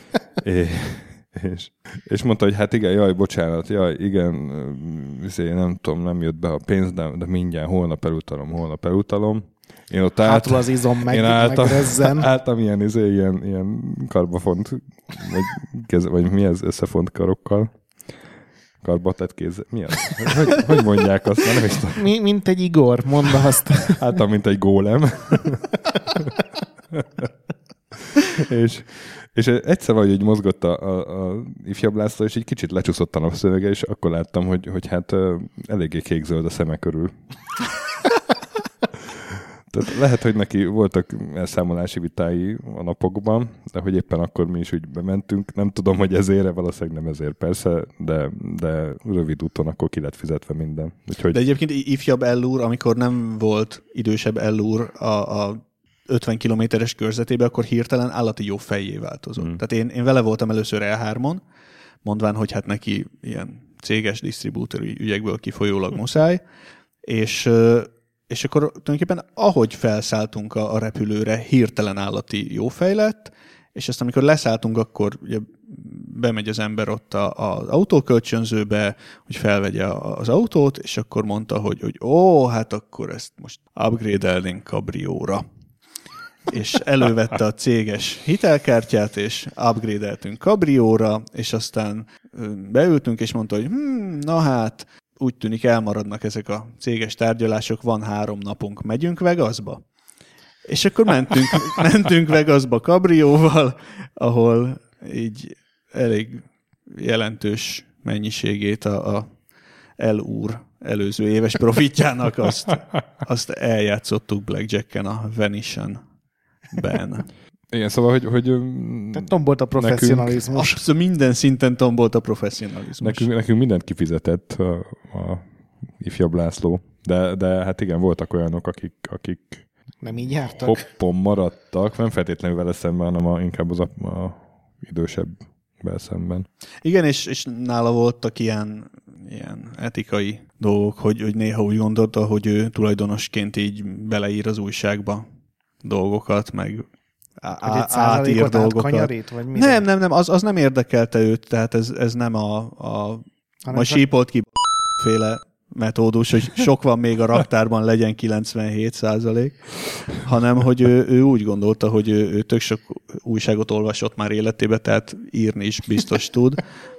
Speaker 1: És mondta, hogy hát igen, jaj, bocsánat, igen, nem tudom, nem jött be a pénz, de mindjárt holnap elutalom. Én ott
Speaker 2: hátul az izom megrezzen.
Speaker 1: Álltam ilyen karbafont, vagy mi ez, összefont karokkal. Karbatett kéz, mi az? Hogy mondják azt? Nem is
Speaker 2: mint egy Igor, mondd azt.
Speaker 1: Álltam, mint egy gólem. és egyszer valahogy mozgott a ifjabb László, és egy kicsit lecsúszott a napszövege, és akkor láttam, hogy hát eléggé kék-zöld a szeme körül. Tehát lehet, hogy neki voltak elszámolási vitái a napokban, de hogy éppen akkor mi is úgy bementünk. Nem tudom, hogy ezért, valószínűleg nem ezért persze, de rövid úton akkor ki lett fizetve minden. Úgyhogy... De
Speaker 3: egyébként ifjabb Ellúr, amikor nem volt idősebb Ellúr a 50 kilométeres körzetében, akkor hirtelen állati jó fejjé változott. Tehát én vele voltam először E3-on, mondván, hogy hát neki ilyen céges disztribútori ügyekből kifolyólag muszáj, és akkor tulajdonképpen ahogy felszálltunk a repülőre, hirtelen állati jó fej lett, és ezt amikor leszálltunk, akkor ugye bemegy az ember ott az autókölcsönzőbe, hogy felvegye az autót, és akkor mondta, hogy hát akkor ezt most upgrade-elnénk kabrióra. És elővette a céges hitelkártyát, és upgrade-eltünk kabrióra, és aztán beültünk, és mondta, hogy na hát, úgy tűnik elmaradnak ezek a céges tárgyalások, van 3 napunk, megyünk Vegasba? És akkor mentünk Vegasba kabrióval, ahol így elég jelentős mennyiségét a L-úr előző éves profitjának azt eljátszottuk Blackjacken a Venetian-ben.
Speaker 1: Igen, szóval, hogy
Speaker 2: tehát tombolt a professzionalizmus.
Speaker 3: Abszolút minden szinten tombolt a professzionalizmus.
Speaker 1: Nekünk mindent kifizetett a ifjabb László, de hát igen, voltak olyanok, akik
Speaker 2: nem így jártak.
Speaker 1: Hoppon maradtak, nem feltétlenül vele szemben, hanem inkább az a idősebb szemben.
Speaker 3: Igen, és nála voltak ilyen etikai dolgok, hogy néha úgy gondolta, hogy ő tulajdonosként így beleír az újságba dolgokat, meg átír dolgokat.
Speaker 2: Vagy
Speaker 3: nem, az nem érdekelte őt, tehát ez nem majd sípolt ki féle metódus, hogy sok van még a raktárban, legyen 97%, hanem hogy ő úgy gondolta, hogy ő tök sok újságot olvasott már életében, tehát írni is biztos tud,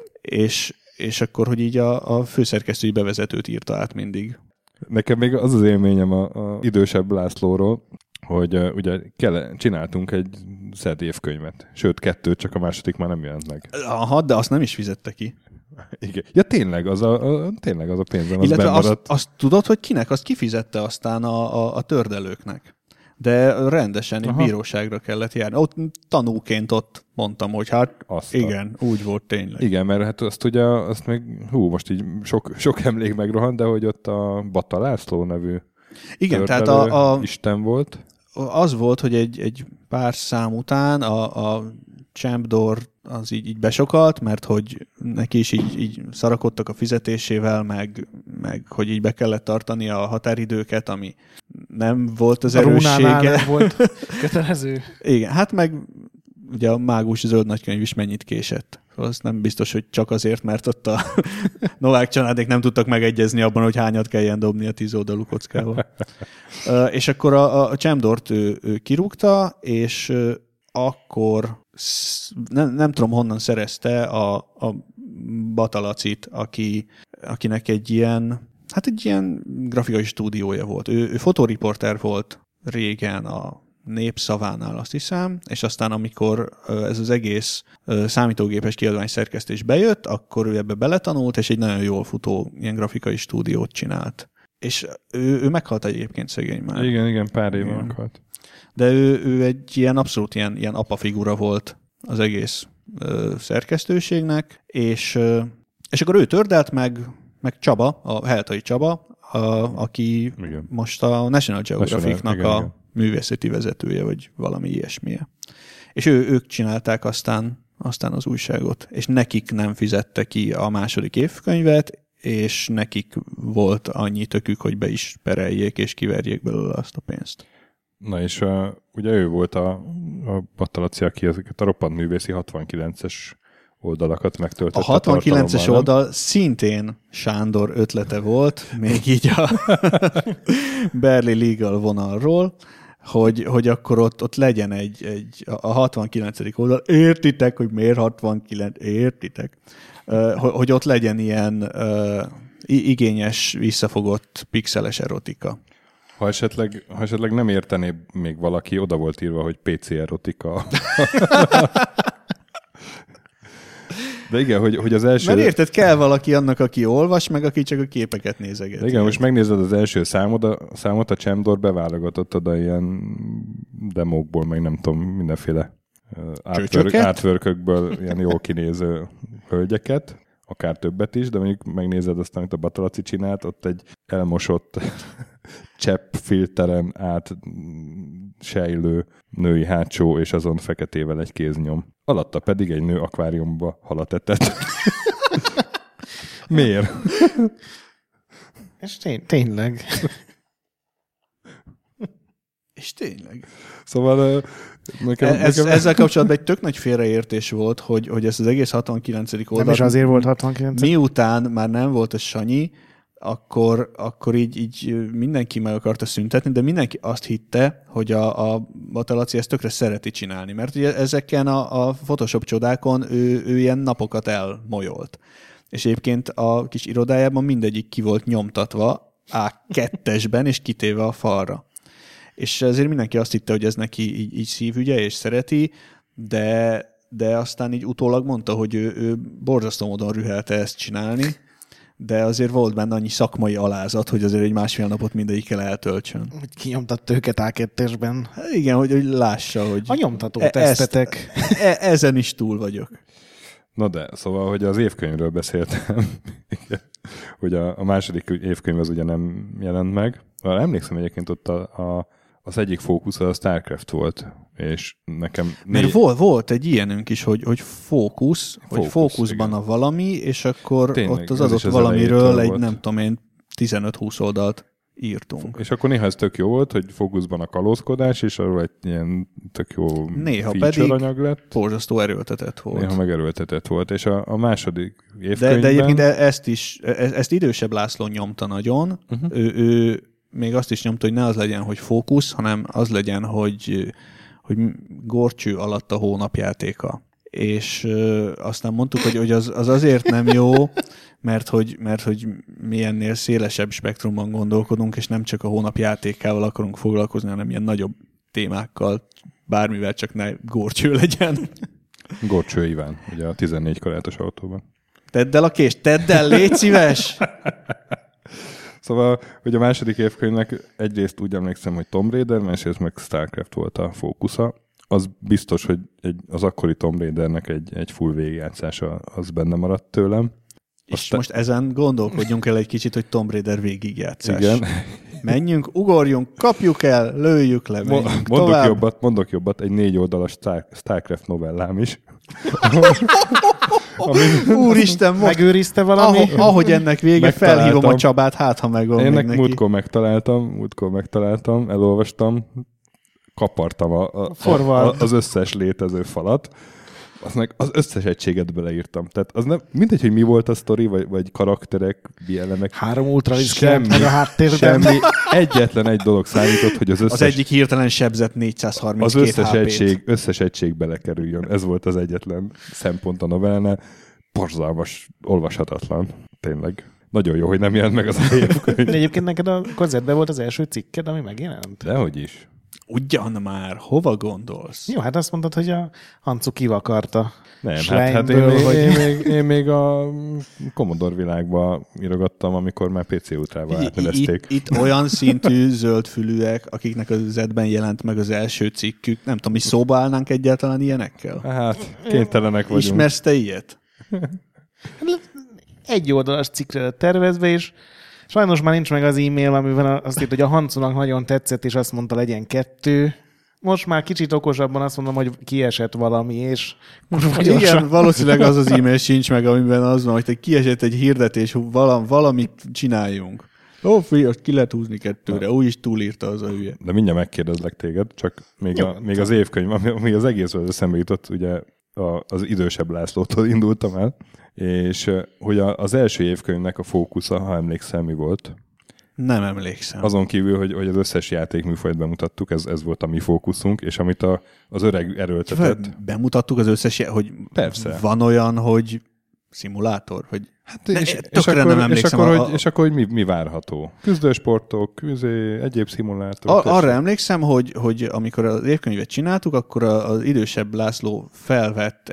Speaker 3: és akkor, hogy így a főszerkesztői bevezetőt írta át mindig.
Speaker 1: Nekem még az élményem a idősebb Lászlóról, hogy ugye csináltunk egy szert évkönyvet. Sőt, 2, csak a második már nem jelent meg.
Speaker 3: Aha, de azt nem is fizette ki.
Speaker 1: Igen. Ja, tényleg az a pénzem, az
Speaker 3: illetve
Speaker 1: bemaradt.
Speaker 3: azt tudod, hogy kinek? Azt kifizette aztán a tördelőknek. De rendesen egy bíróságra kellett járni. Ott tanúként ott mondtam, hogy hát igen, úgy volt tényleg.
Speaker 1: Igen, mert hát azt ugye, azt még, most így sok emlék megrohant, de hogy ott a Bata László nevű
Speaker 3: igen, tehát
Speaker 1: Isten volt.
Speaker 3: Az volt, hogy egy pár szám után a Champ Door az így besokalt, mert hogy neki is így szarakodtak a fizetésével, meg hogy így be kellett tartani a határidőket, ami nem volt az erőssége.
Speaker 2: Volt kötelező.
Speaker 3: Igen, hát meg ugye a mágus zöld nagykönyv is mennyit késett. Az nem biztos, hogy csak azért, mert ott a Novák családék nem tudtak megegyezni abban, hogy hányat kelljen dobni a 10 oldalú kockával. És akkor a Champ Doort ő kirúgta, és akkor nem tudom honnan szerezte a Batalacit, akinek egy ilyen grafikai stúdiója volt. Ő fotóriporter volt régen a Népszavánál, azt hiszem, és aztán amikor ez az egész számítógépes kiadvány szerkesztés bejött, akkor ő ebbe beletanult, és egy nagyon jól futó ilyen grafikai stúdiót csinált. És ő meghalt egyébként szegény már.
Speaker 1: Igen, pár éve meghalt.
Speaker 3: De ő egy ilyen abszolút ilyen apafigura volt az egész szerkesztőségnek, és akkor ő tördelt meg Csaba, a Heltai Csaba, aki igen. Most a National Geographic-nak a művészeti vezetője, vagy valami ilyesmije. És ők csinálták aztán az újságot, és nekik nem fizette ki a második évkönyvet, és nekik volt annyi tökük, hogy be is pereljék, és kiverjék belőle azt a pénzt.
Speaker 1: Na és ugye ő volt a Batalaci, aki ezeket a roppant művészi 69-es oldalakat megtöltött.
Speaker 3: A 69-es oldal szintén Sándor ötlete volt, még így a Barely Legal vonalról, hogy akkor ott legyen a 69. oldal. Értitek, hogy miért 69? Értitek? Hogy ott legyen ilyen igényes, visszafogott, pixeles erotika.
Speaker 1: Ha esetleg nem értené még valaki, oda volt írva, hogy PC erotika. De igen, hogy az első...
Speaker 3: Mert érted, kell valaki annak, aki olvas, meg aki csak a képeket nézeget.
Speaker 1: De igen, most megnézed az első számot, a Csemdor beválogatott oda ilyen demókból, meg nem tudom, mindenféle artworkökből ilyen jól kinéző hölgyeket, akár többet is, de mondjuk megnézed azt, amit a Batalaci csinált, ott egy elmosott csepp filteren át sejlő női hátsó, és azon feketével egy kéznyom. Alatta pedig egy nő akváriumba halat etett. Miért?
Speaker 2: És tényleg.
Speaker 3: És tényleg.
Speaker 1: Szóval nekem...
Speaker 3: Ezzel kapcsolatban egy tök nagy félreértés volt, hogy ez az egész 69. oldal...
Speaker 2: Nem is azért volt 69.
Speaker 3: Miután már nem volt a Sanyi, akkor így mindenki meg akarta szüntetni, de mindenki azt hitte, hogy a Batalaci ezt tökre szereti csinálni, mert ugye ezeken a Photoshop csodákon ő ilyen napokat elmojolt. És egyébként a kis irodájában mindegyik ki volt nyomtatva A2-esben, és kitéve a falra. És ezért mindenki azt hitte, hogy ez neki így szívügye, és szereti, de aztán így utólag mondta, hogy ő borzasztó módon rühelte ezt csinálni, de azért volt benne annyi szakmai alázat, hogy azért egy másfél napot mindegyikkel eltöltsön.
Speaker 2: Hogy kinyomtatta őket A2-esben.
Speaker 3: Igen, hogy lássa, hogy...
Speaker 2: A nyomtató tesztetek.
Speaker 3: Ezen is túl vagyok.
Speaker 1: Na de, szóval, hogy az évkönyvről beszéltem, hogy a második évkönyv az ugye nem jelent meg. Emlékszem egyébként ott az egyik fókusz a StarCraft volt, és nekem...
Speaker 3: Mert volt egy ilyenünk is, hogy fókusz, hogy fókuszban igen. A valami, és akkor tényleg, ott az adott valamiről egy nem tudom én 15-20 oldalt írtunk.
Speaker 1: És akkor néha ez tök jó volt, hogy fókuszban a kalózkodás, és arról egy ilyen tök jó
Speaker 3: néha
Speaker 1: feature anyag lett.
Speaker 3: Borzasztó erőltetett volt.
Speaker 1: Néha megerőltetett volt, és a második évkönyvben...
Speaker 3: De egyébként ezt idősebb László nyomta nagyon. Ő még azt is nyomta, hogy ne az legyen, hogy fókusz, hanem az legyen, hogy górcső alatt a hónapjátéka. És aztán mondtuk, hogy az azért nem jó, mert hogy mi ennél szélesebb spektrumban gondolkodunk, és nem csak a hónapjátékával akarunk foglalkozni, hanem ilyen nagyobb témákkal, bármivel csak ne górcső legyen.
Speaker 1: Górcső Iván, ugye a 14 karátos autóban.
Speaker 3: Tedd el a kést, tedd el, légy szíves!
Speaker 1: Szóval, hogy a második évkönyvnek egyrészt úgy emlékszem, hogy Tomb Raider, másrészt meg StarCraft volt a fókusza. Az biztos, hogy az akkori Tomb Raidernek egy full végigjátszása az benne maradt tőlem.
Speaker 3: És most ezen gondolkodjunk el egy kicsit, hogy Tomb Raider végigjátszás.
Speaker 1: Igen.
Speaker 3: Menjünk, ugorjunk, kapjuk el, lőjük le,
Speaker 1: mondok jobbat, egy 4 oldalas StarCraft novellám is.
Speaker 3: Úristen, most
Speaker 2: megőrizte valami?
Speaker 3: Ahogy ennek vége, felhívom a Csabát, hát ha megvan
Speaker 1: még
Speaker 3: neki.
Speaker 1: Múltkor megtaláltam, elolvastam, kapartam az összes létező falat, az összes egységet beleírtam. Tehát az nem, mindegy, hogy mi volt a sztori, vagy karakterek, elemek.
Speaker 2: 3 ultraliszkelt meg a háttérben.
Speaker 1: Semmi. Egyetlen egy dolog számított, hogy az összes...
Speaker 3: Az egyik hirtelen sebzett 432
Speaker 1: az összes egység belekerüljön. Ez volt az egyetlen szempont a novellánál. Borzalmas, olvashatatlan. Tényleg. Nagyon jó, hogy nem jelent meg az a évkönyv.
Speaker 2: De egyébként neked a koncertben volt az első cikked, ami megjelent?
Speaker 1: Dehogy is.
Speaker 3: Ugyan már, hova gondolsz?
Speaker 2: Jó, hát azt mondtad, hogy a Hancu kivakarta.
Speaker 1: Nem, hát én még a Commodore világba írogattam, amikor már PC Ultrával átnevezték.
Speaker 3: Itt olyan szintű zöldfülűek, akiknek az Z-ben jelent meg az első cikkük. Nem tudom, mi szóba állnánk egyáltalán ilyenekkel?
Speaker 1: Hát, kénytelenek vagyunk.
Speaker 3: Ismersz te ilyet?
Speaker 2: Egy oldalas cikkre lett tervezve, és sajnos már nincs meg az e-mail, amiben azt írt, hogy a Hancunak nagyon tetszett, és azt mondta, legyen 2. Most már kicsit okosabban azt mondom, hogy kiesett valami, és...
Speaker 3: Igen, valószínűleg az e-mail sincs meg, amiben az van, hogy kiesett egy hirdetés, valamit csináljunk. Ó, azt ki lehet húzni 2-re, úgyis túlírta az a hülye.
Speaker 1: De mindjárt megkérdezlek téged, csak még az évkönyv, ami az egészről eszembe jutott, ugye az idősebb Lászlótól indultam el, és hogy az első évkönyvnek a fókusza, ha emlékszel, mi volt?
Speaker 3: Nem emlékszem.
Speaker 1: Azon kívül, hogy az összes játékműfajt bemutattuk, ez volt a mi fókuszunk, és amit az öreg erőltetett...
Speaker 3: Bemutattuk az összes, hogy
Speaker 1: persze.
Speaker 3: Van olyan, hogy szimulátor? Hogy
Speaker 1: Hát és akkor mi várható? Küzdősportok, egyéb szimulátorok.
Speaker 3: Arra emlékszem, hogy amikor az évkönyvet csináltuk, akkor az idősebb László felvett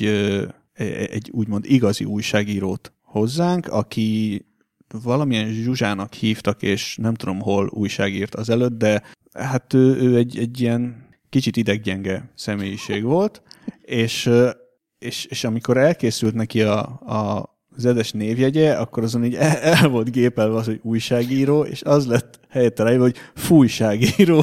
Speaker 3: egy úgymond igazi újságírót hozzánk, aki valamilyen Zsuzsának hívtak, és nem tudom hol újságírt az előtt, de hát ő egy ilyen kicsit ideggyenge személyiség volt, és amikor elkészült neki az edes névjegye, akkor azon így el volt gépelve az, hogy újságíró, és az lett helyette rájövő, hogy fújságíró.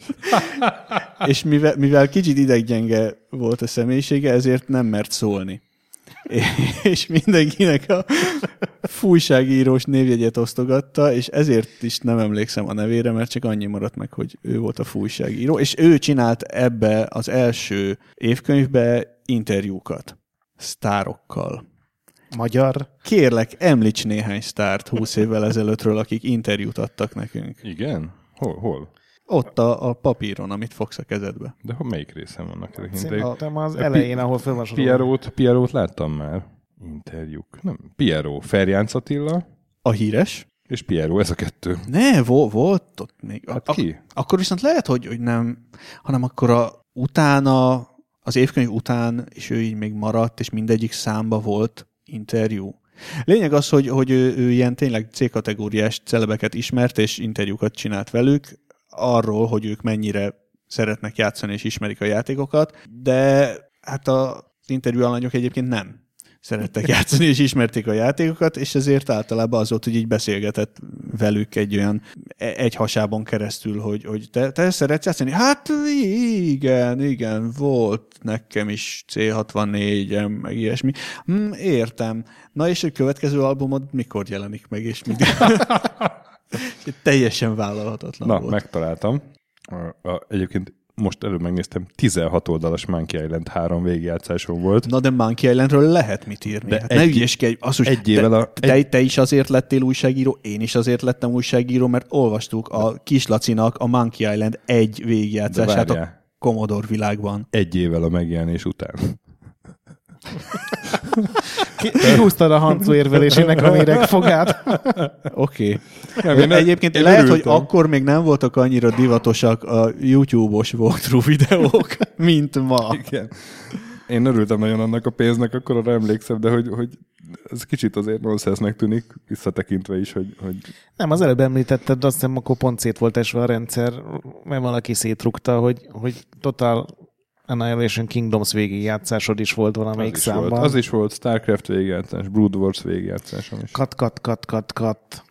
Speaker 3: És mivel kicsit ideggyenge volt a személyisége, ezért nem mert szólni. És mindenkinek a fújságírós névjegyet osztogatta, és ezért is nem emlékszem a nevére, mert csak annyi maradt meg, hogy ő volt a fújságíró, és ő csinált ebbe az első évkönyvbe interjúkat sztárokkal.
Speaker 2: Magyar?
Speaker 3: Kérlek, említs néhány sztárt 20 évvel ezelőttről, akik interjút adtak nekünk.
Speaker 1: Igen? Hol?
Speaker 3: Ott a papíron, amit fogsz a kezedbe.
Speaker 1: De melyik részen vannak ezek
Speaker 2: Szerintem az elején, ahol felmasolom.
Speaker 1: Pierrót láttam már. Interjúk. Nem. Pierrot, Ferjánc Attila.
Speaker 3: A híres.
Speaker 1: És Pierrot, ez a kettő.
Speaker 3: Ne, volt ott még.
Speaker 1: Hát ki?
Speaker 3: Akkor viszont lehet, hogy nem, hanem akkor utána, az évkönyv után, és ő így még maradt, és mindegyik számba volt interjú. Lényeg az, hogy ő ilyen tényleg C-kategóriás celebeket ismert, és interjúkat csinált velük, arról, hogy ők mennyire szeretnek játszani és ismerik a játékokat, de hát az interjú alanyok egyébként nem szerettek játszani és ismerték a játékokat, és ezért általában az volt, hogy így beszélgetett velük egy hasában keresztül, hogy te szeretsz játszani? Hát igen, volt nekem is C64-em, meg ilyesmi. Értem. Na és a következő albumod mikor jelenik meg, és mindig... Teljesen vállalhatatlan volt.
Speaker 1: Megtaláltam. Egyébként most előbb megnéztem, 16 oldalas Monkey Island 3 végigjátszásom volt.
Speaker 3: Na de Monkey Islandről lehet mit írni.
Speaker 1: De
Speaker 3: hát ne ügyeskedj, te is azért lettél újságíró, én is azért lettem újságíró, mert olvastuk a Kis Lacinak a Monkey Island 1 végigjátszását a Commodore világban.
Speaker 1: 1 évvel a megjelenés után.
Speaker 2: Kihúztad a Hancu érvelésének a méregfogát.
Speaker 3: Oké. Egyébként én lehet, hogy akkor még nem voltak annyira divatosak a YouTube-os walkthrough videók, mint ma.
Speaker 1: Igen. Én örültem nagyon annak a pénznek, akkor arra emlékszem, de hogy ez kicsit azért nonsensnek tűnik, visszatekintve is, hogy...
Speaker 2: Nem, az előbb említetted, azt hiszem, akkor pont szét volt esve a rendszer, mert valaki szétrugta, hogy Total Annihilation Kingdoms végigjátszásod is volt valamelyik számban.
Speaker 1: Az is volt, Starcraft végigjátszás, Brood Wars végigjátszásom is.
Speaker 2: Kat.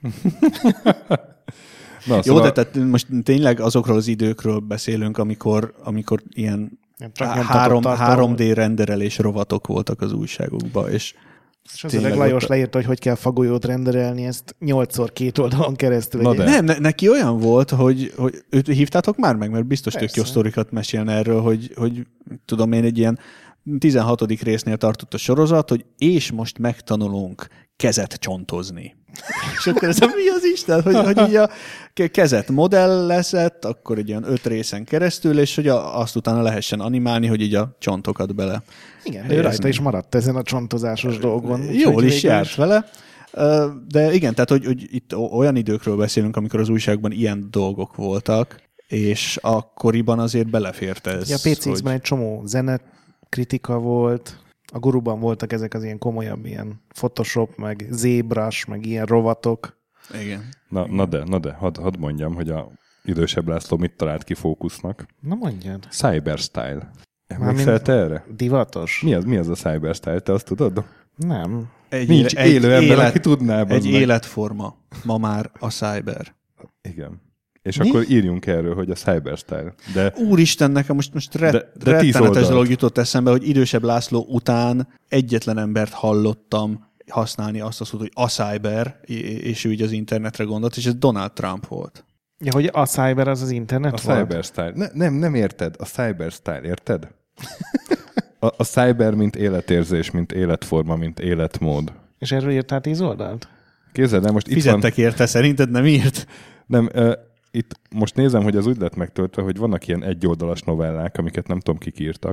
Speaker 3: Na, jó, de tehát most tényleg azokról az időkről beszélünk, amikor ilyen 3D renderelés rovatok voltak az újságokban, és
Speaker 2: az öreg Lajos leírta, hogy kell fagolyót renderelni, ezt 8-szor 2 oldalon keresztül.
Speaker 3: Nem, neki olyan volt, hogy őt hívtátok már meg, mert biztos tök jó sztorikat mesélne erről, hogy tudom én, egy ilyen 16. résznél tartott a sorozat, hogy és most megtanulunk kezet csontozni. És akkor ez mi az Isten? Hogy így a kezet modellezett, akkor egy ilyen 5 részen keresztül, és hogy azt utána lehessen animálni, hogy így a csontokat bele.
Speaker 2: Igen, ő rajta is maradt ezen a csontozásos dolgon.
Speaker 3: Jól is járt vele. De igen, tehát hogy itt olyan időkről beszélünk, amikor az újságban ilyen dolgok voltak, és akkoriban azért belefért ez.
Speaker 2: Ja, a PCX-ben egy csomó zenekritika volt, a Guruban voltak ezek az ilyen komolyabb ilyen Photoshop, meg ZBrush, meg ilyen rovatok.
Speaker 3: Igen.
Speaker 1: Na de, hadd mondjam, hogy a idősebb László mit talált ki fókusznak.
Speaker 2: Na mondjad.
Speaker 1: Cyberstyle. Emlékszel te erre?
Speaker 2: Divatos?
Speaker 1: Mi az a Cyberstyle? Te azt tudod?
Speaker 2: Nem.
Speaker 1: Nincs élő ember, aki tudná.
Speaker 3: Egy életforma. Ma már a cyber.
Speaker 1: Igen. És akkor írjunk erről, hogy a Cyberstyle. De...
Speaker 3: Úristen, nekem most rettenetes dolog jutott eszembe, hogy idősebb László után egyetlen embert hallottam használni azt a szót, hogy a cyber, és ő így az internetre gondolt, és ez Donald Trump volt.
Speaker 2: Ja, hogy a cyber az internet
Speaker 1: a
Speaker 2: volt?
Speaker 1: Cyberstyle. Nem érted. A Cyberstyle, érted? A cyber, mint életérzés, mint életforma, mint életmód.
Speaker 2: És erről írtál 10 oldalt?
Speaker 1: Képzeld, de most
Speaker 3: fizettek érte, szerinted nem írt?
Speaker 1: Nem, itt most nézem, hogy az úgy lett megtöltve, hogy vannak ilyen egyoldalas novellák, amiket nem tudom, kik írtak.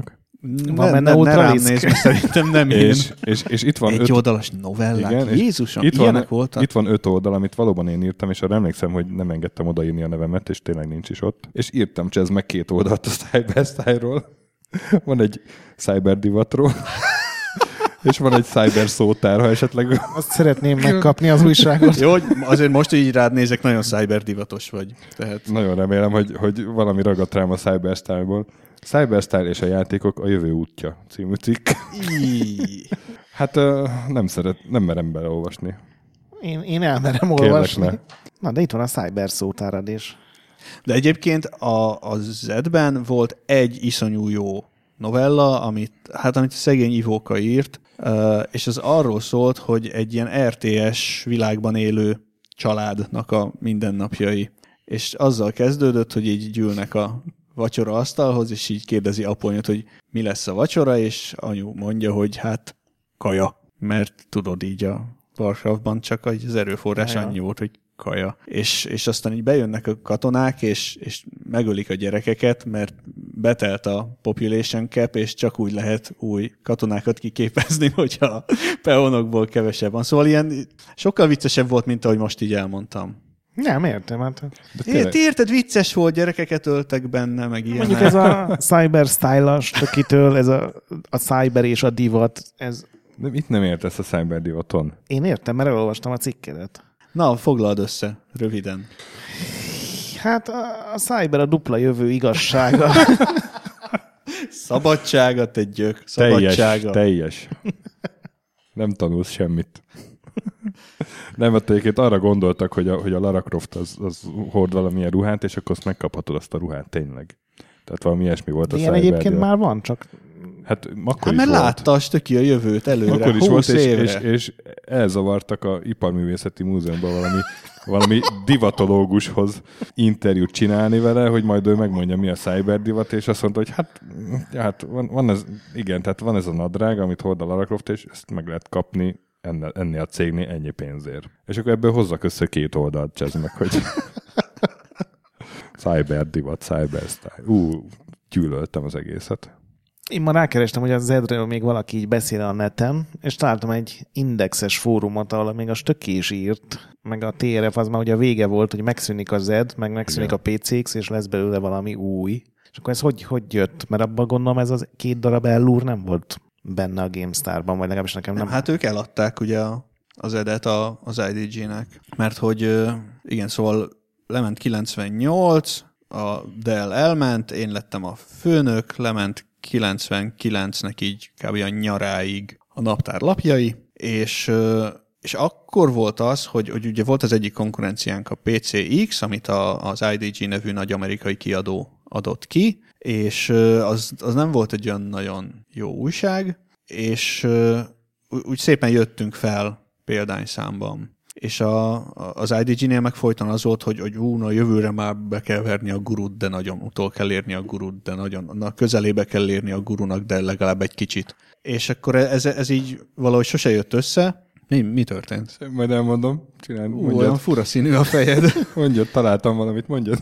Speaker 3: Ne rám nézni, szerintem nem én.
Speaker 1: És itt van
Speaker 3: egy oldalas novellák. Igen, Jézusom, ilyenek voltak.
Speaker 1: Itt van 5 oldal, amit valóban én írtam, és arra emlékszem, hogy nem engedtem odaírni a nevemet, és tényleg nincs is ott. És írtam Csez meg 2 oldalt a Cyberstyle-ról. Van egy cyberdivatról. És van egy cyber szótár, ha esetleg...
Speaker 2: Azt szeretném megkapni az újságot.
Speaker 3: Jó, azért most így rád nézek, nagyon cyberdivatos vagy. Tehát...
Speaker 1: Nagyon remélem, hogy valami ragadt rám a Cyberstyle-ból. Cyberstyle és a játékok a jövő útja című cikk. Hát nem merem beleolvasni.
Speaker 2: Én elmerem olvasni. Na, de itt van a cyber szótárad is.
Speaker 3: De egyébként a Z-ben volt egy iszonyú jó novella, amit a szegény Ivóka írt, és az arról szólt, hogy egy ilyen RTS világban élő családnak a mindennapjai. És azzal kezdődött, hogy így gyűlnek a vacsora asztalhoz, és így kérdezi aponyot, hogy mi lesz a vacsora, és anyu mondja, hogy hát kaja. Mert tudod, így a Warcraftban csak az erőforrás annyi volt, hogy kaja. És aztán így bejönnek a katonák, és megölik a gyerekeket, mert betelt a population cap, és csak úgy lehet új katonákat kiképezni, hogyha peonokból kevesebb van. Szóval ilyen sokkal viccesebb volt, mint ahogy most így elmondtam.
Speaker 2: Nem, értem. Hát.
Speaker 3: Érted, vicces volt, gyerekeket öltek benne, meg ilyen.
Speaker 2: Mondjuk ez a cyber style-as tökitől, ez a cyber és a divat, ez...
Speaker 1: De mit nem értesz a cyber divaton?
Speaker 2: Én értem, mert elolvastam a cikkedet.
Speaker 3: Na, foglald össze, röviden.
Speaker 2: Hát a cyber a dupla jövő igazsága.
Speaker 3: Szabadsága, te gyök. Szabadsága.
Speaker 1: Teljes. Nem tanulsz semmit. Nem, egyébként arra gondoltak, hogy a Lara Croft az hord valamilyen ruhát, és akkor azt megkaphatod azt a ruhát, tényleg. Tehát valami ilyesmi volt a
Speaker 2: Ilyen egyébként már van, csak...
Speaker 1: Hát akkor is
Speaker 3: mert
Speaker 1: volt.
Speaker 3: látta a stöki a jövőt előre,
Speaker 1: akkor is
Speaker 3: 20
Speaker 1: volt,
Speaker 3: évre.
Speaker 1: És elzavartak a Iparművészeti Múzeumban valami divatológushoz interjút csinálni vele, hogy majd ő megmondja, mi a cyberdivat, és azt mondta, hogy hát van ez, igen, tehát van ez a nadrág, amit hord a Lara Croft, és ezt meg lehet kapni ennél a cégnél ennyi pénzért. És akkor ebből hozzak össze 2 oldalt, Csezd meg, hogy cyberdivat, cyberstyle. Gyűlöltem az egészet.
Speaker 2: Én ma rákerestem, hogy a Z-ről még valaki így beszél a neten, és találtam egy indexes fórumot, ahol még a Stöki is írt, meg a TRF az már ugye a vége volt, hogy megszűnik a Z, meg megszűnik a PCX, és lesz belőle valami új. És akkor ez hogy jött? Mert abban gondolom ez az 2 darab Ellure nem volt benne a GameStar-ban, vagy legalábbis nekem nem.
Speaker 3: Hát ők eladták ugye az edet az IDG-nek, mert hogy igen, szóval lement 98, a Dell elment, én lettem a főnök, lement 99-nek így kb. A nyaráig a naptár lapjai, és akkor volt az, hogy ugye volt az egyik konkurenciánk a PCX, amit az IDG nevű nagy amerikai kiadó adott ki, és az nem volt egy olyan nagyon jó újság, és úgy szépen jöttünk fel példányszámban. És az IDG-nél meg folyton az volt, hogy na, jövőre már be kell verni a gurut, de nagyon utol kell érni a gurut, de nagyon közelébe kell érni a gurunak, de legalább egy kicsit. És akkor ez így valahogy sose jött össze. Mi történt?
Speaker 1: Majd elmondom.
Speaker 3: Olyan fura színű a fejed.
Speaker 1: Mondjad, találtam valamit, mondjad.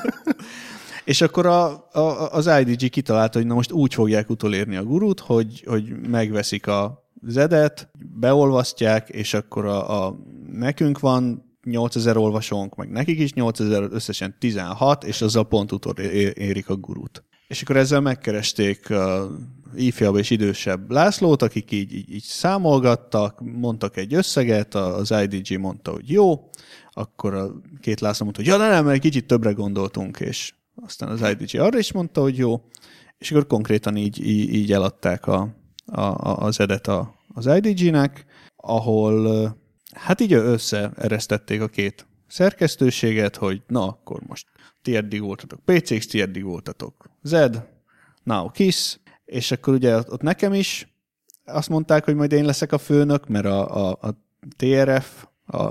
Speaker 3: És akkor az IDG kitalálta, hogy na most úgy fogják utolérni a gurut, hogy megveszik a Z-et, beolvasztják, és akkor nekünk van 8000 olvasónk, meg nekik is 8000, összesen 16, és azzal pont érik a gurut. És akkor ezzel megkeresték ifjabb és idősebb Lászlót, akik így számolgattak, mondtak egy összeget, az IDG mondta, hogy jó, akkor a 2 László mondta, hogy nem, egy kicsit többre gondoltunk, és aztán az IDG arra is mondta, hogy jó, és akkor konkrétan így eladták az edet az IDG-nek, ahol hát így összeeresztették a 2 szerkesztőséget, hogy na, akkor most ti eddig voltatok PCX, ti eddig voltatok Z, now KISS, és akkor ugye ott nekem is azt mondták, hogy majd én leszek a főnök, mert a TRF,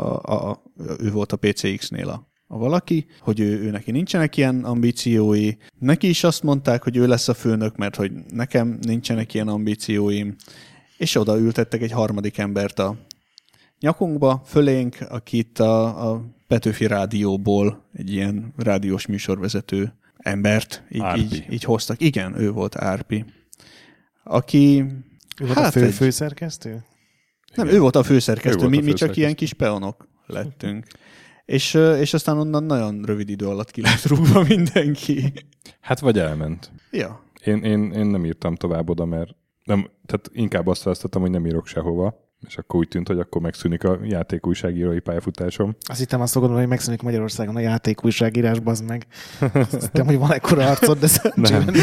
Speaker 3: ő volt a PCX-nél a valaki, hogy ő neki nincsenek ilyen ambíciói. Neki is azt mondták, hogy ő lesz a főnök, mert hogy nekem nincsenek ilyen ambícióim. És oda ültettek egy harmadik embert a nyakunkba, fölénk, akit a Petőfi Rádióból egy ilyen rádiós műsorvezető embert így hoztak. Igen, ő volt Árpi. aki...
Speaker 2: Ő volt a főszerkesztő?
Speaker 3: Nem, ő volt a főszerkesztő. Mi csak ilyen kis peonok lettünk. És aztán onnan nagyon rövid idő alatt ki lett rúgva mindenki.
Speaker 1: Hát vagy elment.
Speaker 3: Ja.
Speaker 1: Én nem írtam tovább oda, mert nem, tehát inkább azt választottam, hogy nem írok sehova, és akkor úgy tűnt, hogy akkor megszűnik a játékújságírói pályafutásom.
Speaker 2: Azt hittem azt gondolom, hogy megszűnik Magyarországon a játékújságírás, bazd meg. Azt hittem, hogy van ekkora arcod, de
Speaker 1: nem.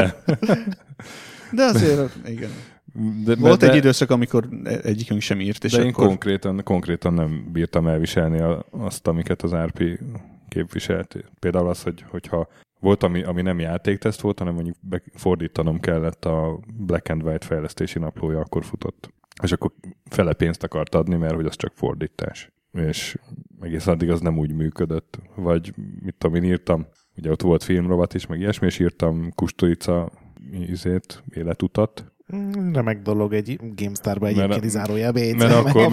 Speaker 3: De azért, igen. Volt egy időszak, amikor egyikünk sem írt, és
Speaker 1: de
Speaker 3: akkor...
Speaker 1: én konkrétan nem bírtam elviselni azt, amiket az RP képviselt. Például az, hogyha volt, ami nem játékteszt volt, hanem mondjuk fordítanom kellett a Black and White fejlesztési naplója, akkor futott. És akkor fele pénzt akart adni, mert hogy az csak fordítás. És egész addig az nem úgy működött. Vagy mit tudom, én írtam, ugye ott volt filmrovat is, meg ilyesmi, és írtam Kusturica életutat.
Speaker 2: Remek dolog egy GameStar-ba egyébként zárójelbe.
Speaker 1: Mert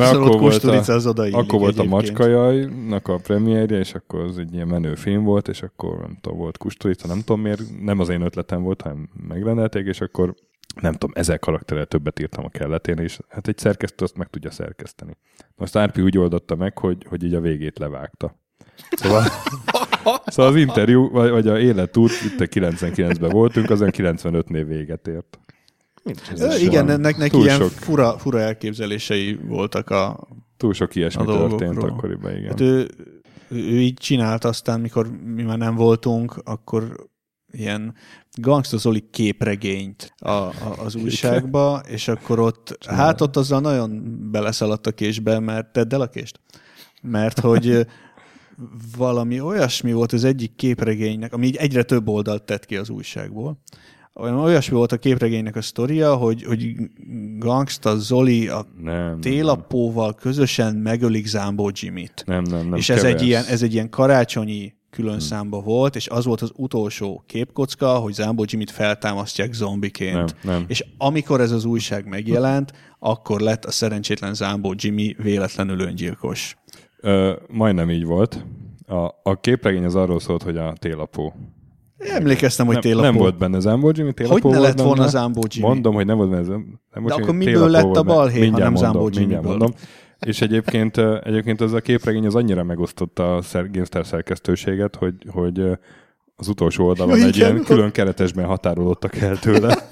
Speaker 1: akkor volt a Macskajajnak a premierje, és akkor az egy ilyen menő film volt, és akkor nem tudom, volt Kusturica, nem tudom miért, nem az én ötletem volt, hanem megrendelték, és akkor nem tudom, 1000 karakterrel többet írtam a kelletén, és hát egy szerkesztő azt meg tudja szerkeszteni. Most RP úgy oldotta meg, hogy így a végét levágta. Szóval az interjú, vagy a életút, itt a 99-ben voltunk, azon 95-nél véget ért.
Speaker 3: Igen, neki ilyen fura elképzelései voltak
Speaker 1: túl sok ilyesmi történt akkoriban, igen.
Speaker 3: Hát ő így csinált, aztán mikor mi már nem voltunk, akkor ilyen Gangsta Zoli képregényt az újságba, és akkor ott azzal nagyon beleszaladt a késbe, mert tedd el a kést. Mert hogy valami olyasmi volt az egyik képregénynek, ami így egyre több oldalt tett ki az újságból. Olyasmi volt a képregénynek a sztoria, hogy Gangsta Zoli a Télapóval közösen megölik Zámbó Jimmy-t.
Speaker 1: Nem.
Speaker 3: És ez egy ilyen karácsonyi külön számba volt, és az volt az utolsó képkocka, hogy Zámbó Jimmy-t feltámasztják zombiként.
Speaker 1: Nem.
Speaker 3: És amikor ez az újság megjelent, akkor lett a szerencsétlen Zámbó Jimmy véletlenül öngyilkos.
Speaker 1: Majdnem így volt. A képregény az arról szólt, hogy a Télapó.
Speaker 3: Emlékeztem, hogy Télapó.
Speaker 1: Nem volt benne Zámbó Jimmy, Télapó
Speaker 3: hogy ne lett volna Zámbó Jimmy?
Speaker 1: Mondom, hogy nem volt benne Zámbó Jimmy.
Speaker 3: De akkor miből lett a balhé, ha nem Zámbó Jimmyből?
Speaker 1: És egyébként ez a képregény az annyira megosztotta a GameStar szerkesztőséget, hogy az utolsó oldalon egy ilyen külön keretesben határolódtak el tőle.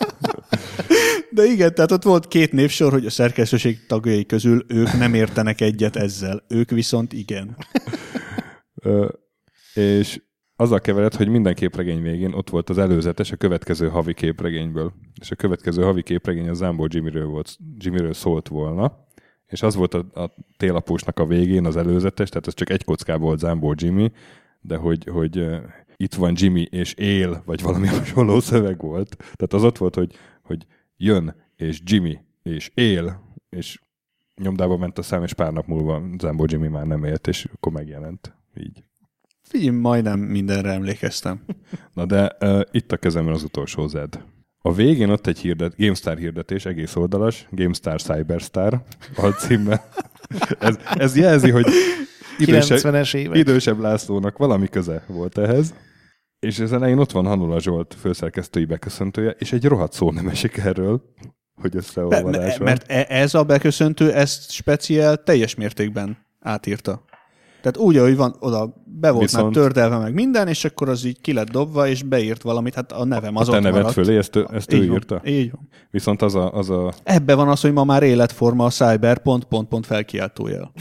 Speaker 3: De igen, tehát ott volt 2 névsor, hogy a szerkesztőség tagjai közül ők nem értenek egyet ezzel. Ők viszont igen.
Speaker 1: És azzal keveredt, hogy minden képregény végén ott volt az előzetes a következő havi képregényből. És a következő havi képregény a Zámbó Jimmyről szólt volna. És az volt a Télapósnak a végén az előzetes, tehát ez csak egy kockában volt Zámbó Jimmy, de hogy itt van Jimmy és él, vagy valami hasonló szöveg volt. Tehát az ott volt, hogy jön, és Jimmy, és él, és nyomdába ment a szám, és pár nap múlva Zámbó Jimmy már nem élt, és akkor megjelent. Így.
Speaker 3: Figyelj, majdnem mindenre emlékeztem.
Speaker 1: Na de itt a kezemben az utolsó Zed. A végén ott egy GameStar hirdetés, egész oldalas, GameStar Cyberstar alcímmel. Ez jelzi, hogy idősebb Lászlónak valami köze volt ehhez. És az elején ott van Hanula Zsolt főszerkesztői beköszöntője, és egy rohadt szó nem esik erről, hogy összeolvadás van.
Speaker 3: Mert ez a beköszöntő, ezt speciál teljes mértékben átírta. Tehát úgy, ahogy van, oda be volt már tördelve meg minden, és akkor az így ki lett dobva, és beírt valamit, hát a nevem az ott maradt.
Speaker 1: Te neved fölé, ezt ő írta?
Speaker 3: Így van.
Speaker 1: Viszont az a...
Speaker 3: Ebben van az, hogy ma már életforma a cyber ... felkiáltójel.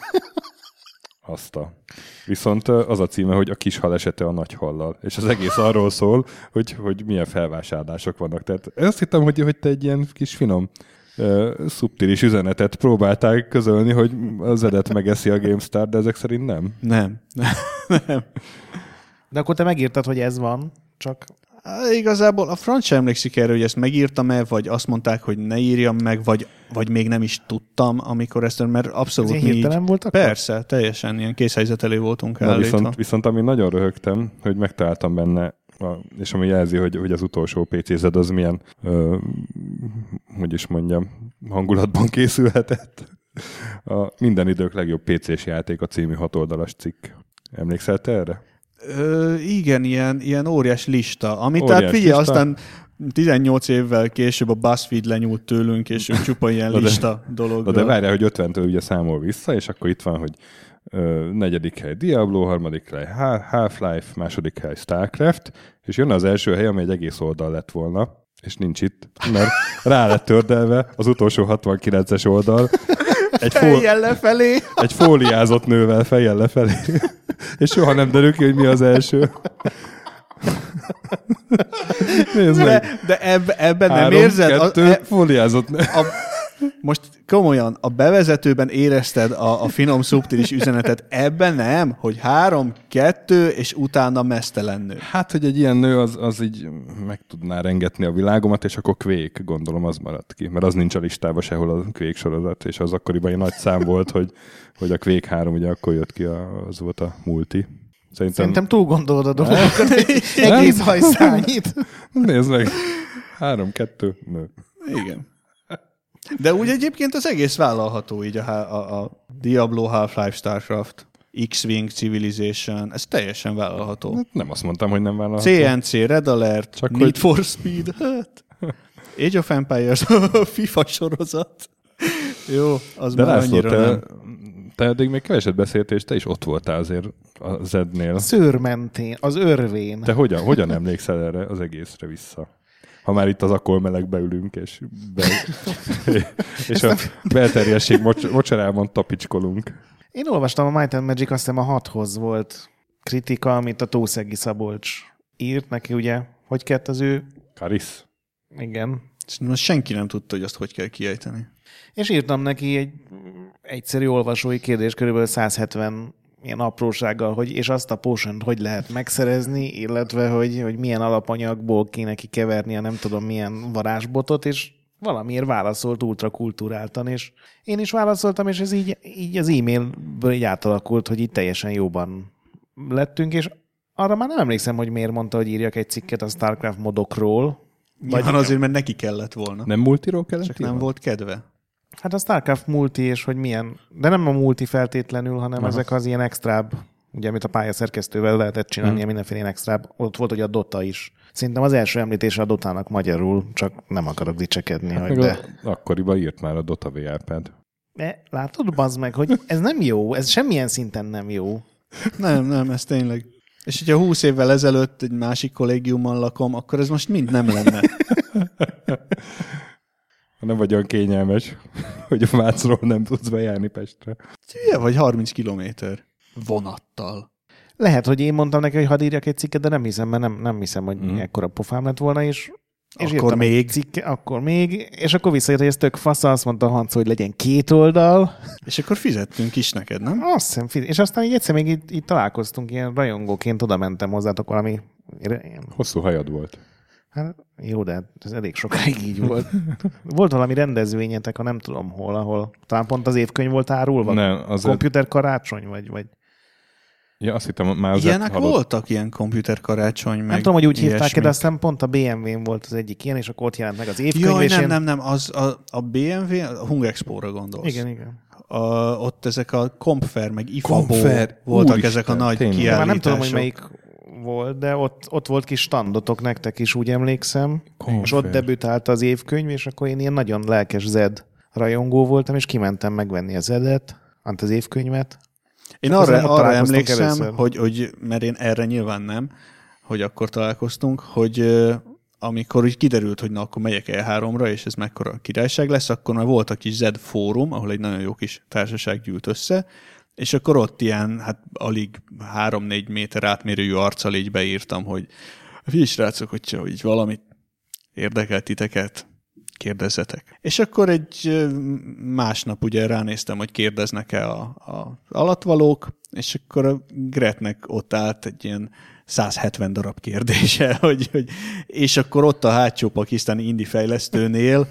Speaker 1: Viszont az a címe, hogy a kis hal esete a nagy hallal. És az egész arról szól, hogy milyen felvásárlások vannak. Tehát azt hittem, hogy te egy ilyen kis finom, szubtilis üzenetet próbáltál közölni, hogy az edet megeszi a GameStar, de ezek szerint nem.
Speaker 3: Nem.
Speaker 2: De akkor te megírtad, hogy ez van, csak...
Speaker 3: Igazából a franc sem emlékszik erre, hogy ezt megírtam-e, vagy azt mondták, hogy ne írjam meg, vagy még nem is tudtam, amikor ezt, mert abszolút
Speaker 2: mi így... voltak?
Speaker 3: Persze, teljesen ilyen készhelyzet elé voltunk állítva.
Speaker 1: Viszont ami nagyon röhögtem, hogy megtaláltam benne, és ami jelzi, hogy az utolsó PC-zed az milyen, hogy is mondjam, hangulatban készülhetett. A minden idők legjobb PC-s játék a című 6 oldalas cikk. Emlékszel te erre?
Speaker 3: Igen, ilyen óriás lista. Amit tehát figyelj, aztán 18 évvel később a BuzzFeed lenyúlt tőlünk, és ő csupa ilyen lista dologgal.
Speaker 1: De várjál, hogy 50-től ugye számol vissza, és akkor itt van, hogy 4. hely Diablo, 3. hely Half-Life, 2. hely Starcraft, és jön az első hely, ami egy egész oldal lett volna, és nincs itt, mert rá lett tördelve az utolsó 69-es oldal.
Speaker 3: Fejjel lefelé.
Speaker 1: Egy fóliázott nővel fejjel lefelé. És soha nem derül ki, hogy mi az első.
Speaker 3: De ebben nem érzed?
Speaker 1: Fóliázott nő.
Speaker 3: Most komolyan, a bevezetőben érezted a finom, szubtilis üzenetet, ebben nem, hogy 3, 2, és utána meztelen nő.
Speaker 1: Hát, hogy egy ilyen nő az így meg tudná rengetni a világomat, és akkor Quake, gondolom, az maradt ki. Mert az nincs a listában sehol a Quake sorozat, és az akkoriban egy nagy szám volt, hogy a Quake 3 ugye akkor jött ki, az volt a multi.
Speaker 2: Szerintem túl gondolod a dolgokat, egész hajszányit.
Speaker 1: Nézd meg, 3, 2, nő.
Speaker 3: Igen. De úgy egyébként az egész vállalható, így a Diablo, Half-Life, Starcraft, X-Wing, Civilization, ez teljesen vállalható.
Speaker 1: Nem azt mondtam, hogy nem vállalható.
Speaker 3: CNC, Red Alert, csak Need for Speed, Age of Empires, FIFA sorozat. Jó, az
Speaker 1: de
Speaker 3: már
Speaker 1: László,
Speaker 3: annyira nem.
Speaker 1: Te eddig még keveset beszéltél, és te is ott voltál azért a Zednél.
Speaker 2: Szőrmentén, az örvén.
Speaker 1: Te hogyan emlékszel erre az egészre vissza? Ha már itt az akkolmelegbe ülünk, és a belterjesség mocsarában tapicskolunk.
Speaker 2: Én olvastam a Might and Magic, azt hiszem a 6-hoz volt kritika, amit a Tószegi Szabolcs írt neki, ugye, hogy kellett az ő...
Speaker 1: Karisz.
Speaker 2: Igen.
Speaker 3: Most senki nem tudta, hogy azt hogy kell kiejteni.
Speaker 2: És írtam neki egy egyszerű olvasói kérdés, körülbelül 170 ilyen aprósággal, hogy és azt a potion hogy lehet megszerezni, illetve hogy milyen alapanyagból kéne kikeverni a nem tudom milyen varázsbotot, és valamiért válaszolt ultrakulturáltan, és én is válaszoltam, és ez így az e-mailből így átalakult, hogy így teljesen jóban lettünk, és arra már nem emlékszem, hogy miért mondta, hogy írjak egy cikket a StarCraft modokról.
Speaker 3: Vagy azért, mert neki kellett volna.
Speaker 1: Nem multiról kellett?
Speaker 3: Csak nem volt kedve.
Speaker 2: Hát a StarCraft multi, és hogy milyen, de nem a multi feltétlenül, hanem ezek az ilyen extrább, ugye, amit a pályaszerkesztővel lehetett csinálni, mindenféle ilyen extrább. Ott volt, hogy a Dota is. Szerintem az első említése a Dotának magyarul, csak nem akarok dicsekedni,
Speaker 1: hát
Speaker 2: hogy de...
Speaker 1: Akkoriban írt már a Dota VL-pad.
Speaker 2: De látod, bazd meg, hogy ez nem jó, ez semmilyen szinten nem jó.
Speaker 3: Nem, ez tényleg. És hogyha 20 évvel ezelőtt egy másik kollégiumban lakom, akkor ez most mind nem lenne.
Speaker 1: Nem vagy olyan kényelmes, hogy a Vácról nem tudsz bejárni Pestre.
Speaker 3: Vagy 30 kilométer vonattal.
Speaker 2: Lehet, hogy én mondtam neki, hogy hadd írjak egy cikket, de nem hiszem, mert nem hiszem, hogy ekkora pofám lett volna, és
Speaker 3: akkor még.
Speaker 2: Akkor még, és akkor visszajött, hogy ez tök fasz, azt mondta Hanco, hogy legyen 2 oldal.
Speaker 3: És akkor fizettünk is neked, nem?
Speaker 2: Azt hiszem, és aztán így egyszer még így találkoztunk, ilyen rajongóként oda mentem hozzátok valami...
Speaker 1: Hosszú hajad volt.
Speaker 2: Hát jó, de ez elég sokáig így volt. Volt valami rendezvényetek, ha nem tudom hol, ahol talán pont az évkönyv volt árulva?
Speaker 1: Nem, az
Speaker 2: komputer karácsony, vagy...
Speaker 1: Ja, azt hittem, már az
Speaker 3: ilyenek voltak, ilyen komputer karácsony, meg
Speaker 2: nem tudom, hogy úgy
Speaker 3: ilyesmik.
Speaker 2: hívták, de aztán pont a BMW-n volt az egyik ilyen, és akkor ott jelent meg az évkönyv.
Speaker 3: Jaj,
Speaker 2: és
Speaker 3: nem, az a BMW, a Hung Expo-ra gondolsz.
Speaker 2: Igen.
Speaker 3: Ott ezek a Compfer, meg IFABO voltak
Speaker 1: Úristen,
Speaker 3: ezek a nagy kiállítások.
Speaker 2: Már nem tudom, hogy melyik volt, de ott volt kis standotok nektek is, úgy emlékszem.
Speaker 1: Compfer.
Speaker 2: És ott debütált az évkönyv, és akkor én ilyen nagyon lelkes Zed rajongó voltam, és kimentem megvenni a Zedet, az évkönyvet.
Speaker 3: Én arra emlékszem, hogy mert én erre nyilván nem, hogy akkor találkoztunk, hogy amikor úgy kiderült, hogy na, akkor megyek E3-ra, és ez mekkora királyság lesz, akkor már volt a kis Zed fórum, ahol egy nagyon jó kis társaság gyűlt össze, és akkor ott ilyen, hát alig 3-4 méter átmérőjű arccal így beírtam, hogy figyelj srácok, hogyha így valamit érdekel titeket, kérdezzetek. És akkor egy másnap ugye ránéztem, hogy kérdeznek-e a alatvalók, és akkor a Gretnek ott állt egy ilyen 170 darab kérdése, és akkor ott a hátsó pakisztáni indie fejlesztőnél,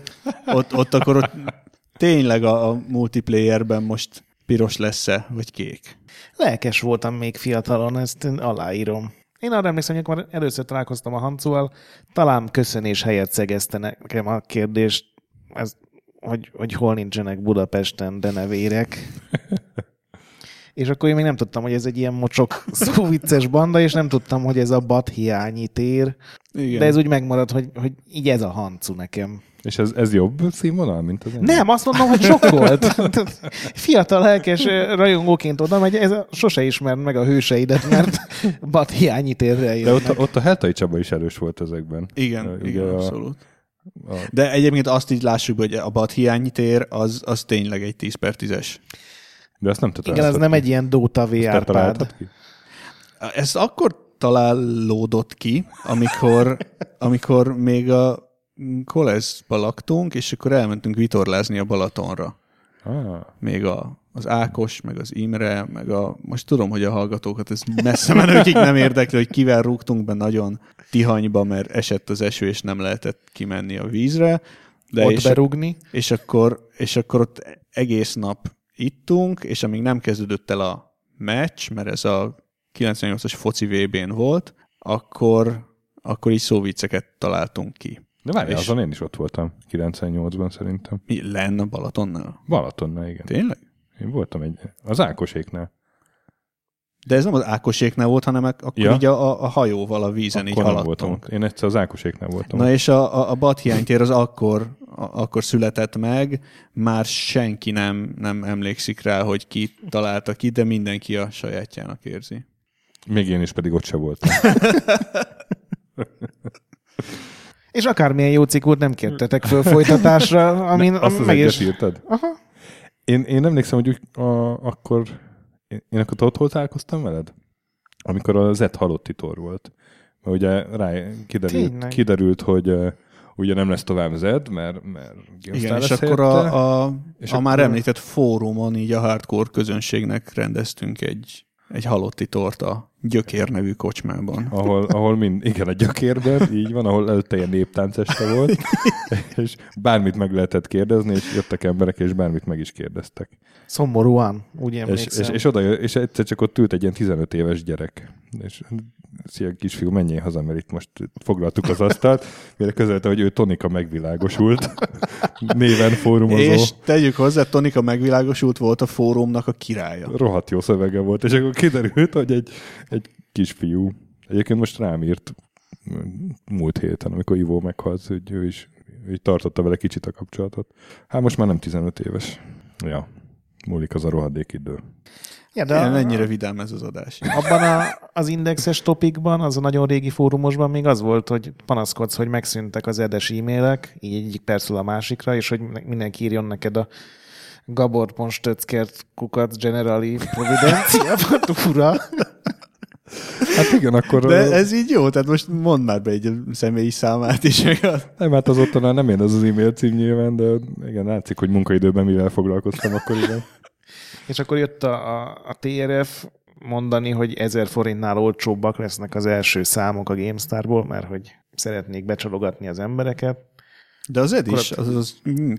Speaker 3: ott tényleg a multiplayerben most piros lesz-e, vagy kék.
Speaker 2: Lelkes voltam még fiatalon, ezt aláírom. Én arra emlékszem, hogy amikor először találkoztam a Hancóval, talán köszönés helyett szegezte nekem a kérdést, hogy hol nincsenek Budapesten denevérek. És akkor én még nem tudtam, hogy ez egy ilyen mocsok szóvicces banda, és nem tudtam, hogy ez a Bathiányi tér. Igen. De ez úgy megmaradt, hogy így ez a Hancu nekem.
Speaker 1: És ez jobb színvonal, mint az?
Speaker 2: Nem, azt mondom, hogy sokkolt. Fiatal lelkes rajongóként oda megy, ez sose ismerd meg a hőseidet, mert Bathiányi térre jönnek.
Speaker 1: De ott a Heltai Csaba is erős volt ezekben.
Speaker 3: Igen, abszolút. De egyébként azt így lássuk, hogy a Bathiányi tér az tényleg egy 10/10-es.
Speaker 1: De azt nem tudod.
Speaker 2: Igen, ez nem egy ilyen Dóta VR-pád.
Speaker 3: Ez akkor találódott ki, amikor még a Koleszba laktunk, és akkor elmentünk vitorlázni a Balatonra. Még az Ákos, meg az Imre, meg most tudom, hogy a hallgatókat ez messze menőkig nem érdekli, hogy kivel rúgtunk be nagyon Tihanyba, mert esett az eső, és nem lehetett kimenni a vízre.
Speaker 2: De ott berúgni.
Speaker 3: És akkor ott egész nap ittunk, és amíg nem kezdődött el a meccs, mert ez a 98-as foci VB-n volt, akkor így szóvicceket találtunk ki.
Speaker 1: De várjál, azon én is ott voltam, 98-ban szerintem.
Speaker 3: Mi, lenne Balatonnál?
Speaker 1: Balatonnál, igen.
Speaker 3: Tényleg?
Speaker 1: Én voltam az Ákoséknál.
Speaker 3: De ez nem az Ákoséknál volt, hanem akkor így a hajóval a vízen akkor így haladtunk.
Speaker 1: Én egyszer az Ákoséknál voltam.
Speaker 3: Na és a Bathiányi tér az akkor született meg, már senki nem emlékszik rá, hogy ki találta ki, de mindenki a sajátjának érzi.
Speaker 1: Még én is pedig ott se voltam.
Speaker 2: És akármilyen jó cikkút nem kértetek föl folytatásra, amin
Speaker 1: azt az egyet írtad? Aha. Én emlékszem, hogy akkor ott találkoztam veled? Amikor a Zed halott titor volt. Mert ugye kiderült, hogy ugye nem lesz tovább Zed, mert
Speaker 3: igen, és akkor a már említett fórumon így a hardcore közönségnek rendeztünk egy halott titort a Gyökér nevű kocsmában.
Speaker 1: Ahol igen, a Gyökérben, így van, ahol előtte ilyen néptánc este volt, és bármit meg lehetett kérdezni, és jöttek emberek, és bármit meg is kérdeztek.
Speaker 2: Szomorúan, úgy emlékszem.
Speaker 1: És egyszer csak ott ült egy ilyen 15 éves gyerek, és szia kisfiú, menjél haza, mert itt most foglaltuk az asztalt, mire közölte, hogy ő Tonika megvilágosult, néven fórumozó.
Speaker 3: És tegyük hozzá, Tonika megvilágosult volt a fórumnak a királya.
Speaker 1: Rohadt jó szövege volt, és akkor kiderült, hogy egy kisfiú, egyébként most rám írt múlt héten, amikor Ivó meghalt, hogy ő is tartotta vele kicsit a kapcsolatot. Hát most már nem 15 éves. Ja, múlik az a rohadék idő.
Speaker 2: Ja, de
Speaker 3: ennyire vidám ez az adás.
Speaker 2: Abban az indexes topikban, az a nagyon régi fórumosban még az volt, hogy panaszkodsz, hogy megszűntek az edes e-mailek, így egyik percről a másikra, és hogy mindenki írjon neked a Gabor.stöckert generali providencia.
Speaker 1: Hát igen, akkor...
Speaker 3: De ez így jó, tehát most mondd már be egy személyi számát is.
Speaker 1: Nem, hát azóta nem én az e-mail cím nyilván, de igen, látszik, hogy munkaidőben mivel foglalkoztam, akkor igen.
Speaker 2: És akkor jött a TRF mondani, hogy 1000 forintnál olcsóbbak lesznek az első számok a GameStarból, mert hogy szeretnék becsalogatni az embereket.
Speaker 3: De az is, az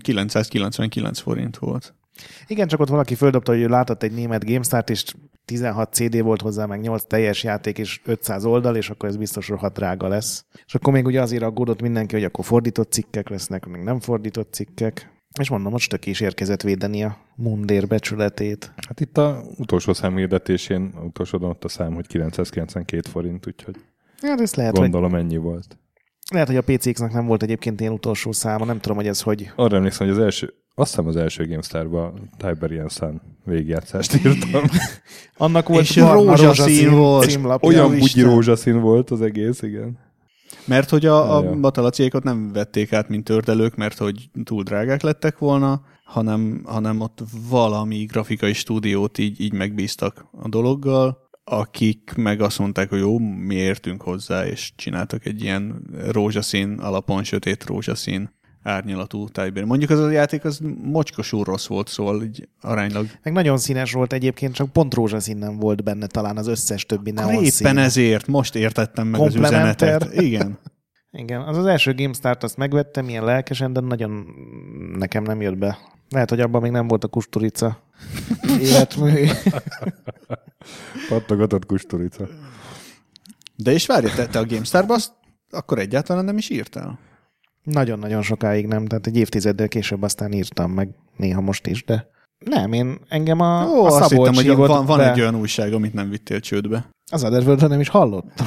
Speaker 3: 999 forint volt.
Speaker 2: Igen, csak ott valaki földobta, hogy ő látott egy német GameStart, és 16 CD volt hozzá, meg 8 teljes játék, és 500 oldal, és akkor ez biztos rohadt drága lesz. És akkor még ugye azért aggódott mindenki, hogy akkor fordított cikkek lesznek, meg nem fordított cikkek. És mondom, most tök is érkezett védeni a mundér becsületét.
Speaker 1: Hát itt a utolsó szám hirdetésén, utolsóban ott a szám, hogy 992 forint, úgyhogy
Speaker 2: hát ez lehet,
Speaker 1: gondolom ennyi volt.
Speaker 2: Lehet, hogy a PCX-nak nem volt egyébként ilyen utolsó száma, nem tudom, hogy ez hogy...
Speaker 1: Arra emlékszem, hogy azt hiszem az első GameStar-ban Tiberian Sun végigjátszást írtam.
Speaker 2: Annak volt
Speaker 3: és rózsaszín volt.
Speaker 1: Címlapja. Olyan bugyi rózsaszín volt az egész, igen.
Speaker 3: Mert hogy a batalacékat nem vették át, mint tördelők, mert hogy túl drágák lettek volna, hanem ott valami grafikai stúdiót így megbíztak a dologgal, akik meg azt mondták, hogy jó, mi értünk hozzá, és csináltak egy ilyen rózsaszín alapon, sötét rózsaszín árnyalatú Tiberian. Mondjuk az a játék az mocskosul rossz volt, szóval így aránylag.
Speaker 2: Meg nagyon színes volt egyébként, csak pont rózsaszín nem volt benne, talán az összes többi neon szín.
Speaker 3: Éppen ezért, most értettem meg az üzenetet. Igen.
Speaker 2: Igen, az első GameStart azt megvettem ilyen lelkesen, de nagyon nekem nem jött be. Lehet, hogy abban még nem volt a Kusturica életmű.
Speaker 1: Pattogatott Kusturica.
Speaker 3: De és várj, te a GameStar-ba azt akkor egyáltalán nem is írtál?
Speaker 2: Nagyon-nagyon sokáig nem, tehát egy évtizeddel később aztán írtam meg, néha most is, de Nem, engem a
Speaker 3: azt
Speaker 2: Szabolcs
Speaker 3: hittem, hogy
Speaker 2: hívott
Speaker 3: van
Speaker 2: be.
Speaker 3: egy olyan újság, amit nem vittél csődbe.
Speaker 2: Az Otherworld-ről nem is hallottam.